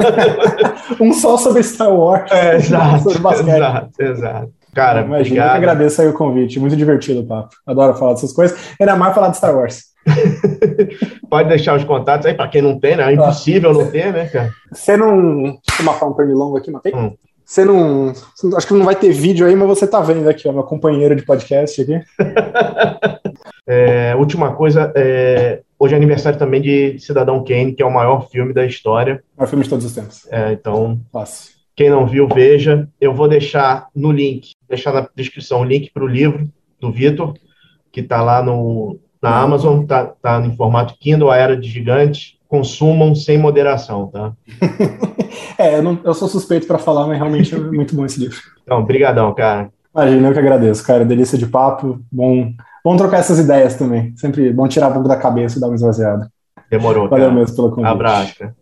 Um só sobre Star Wars. Exato, sobre basquete. Exato. Cara, imagina, obrigado. Eu que agradeço aí o convite. Muito divertido o papo. Adoro falar dessas coisas. Ainda mais falar de Star Wars. Pode deixar os contatos aí, para quem não tem, né? É impossível não ter, né, cara? Você não... Deixa eu marcar um pernilongo aqui, matei? Você não... Acho que não vai ter vídeo aí, mas você tá vendo aqui, ó, meu companheiro de podcast aqui. Última coisa, hoje é aniversário também de Cidadão Kane, que é o maior filme da história. É o filme de todos os tempos. Então, fácil. Quem não viu, veja. Eu vou deixar no link, deixar na descrição o link para o livro do Vitor, que tá lá na Amazon, tá em formato Kindle, A Era de Gigantes. Consumam sem moderação, tá? Eu sou suspeito para falar, mas realmente é muito bom esse livro. Então, brigadão, cara. Imagina, eu que agradeço, cara. Delícia de papo. Bom trocar essas ideias também. Sempre bom tirar um pouco da cabeça e dar uma esvaziada. Demorou, Valeu mesmo pelo convite. Abraço, cara.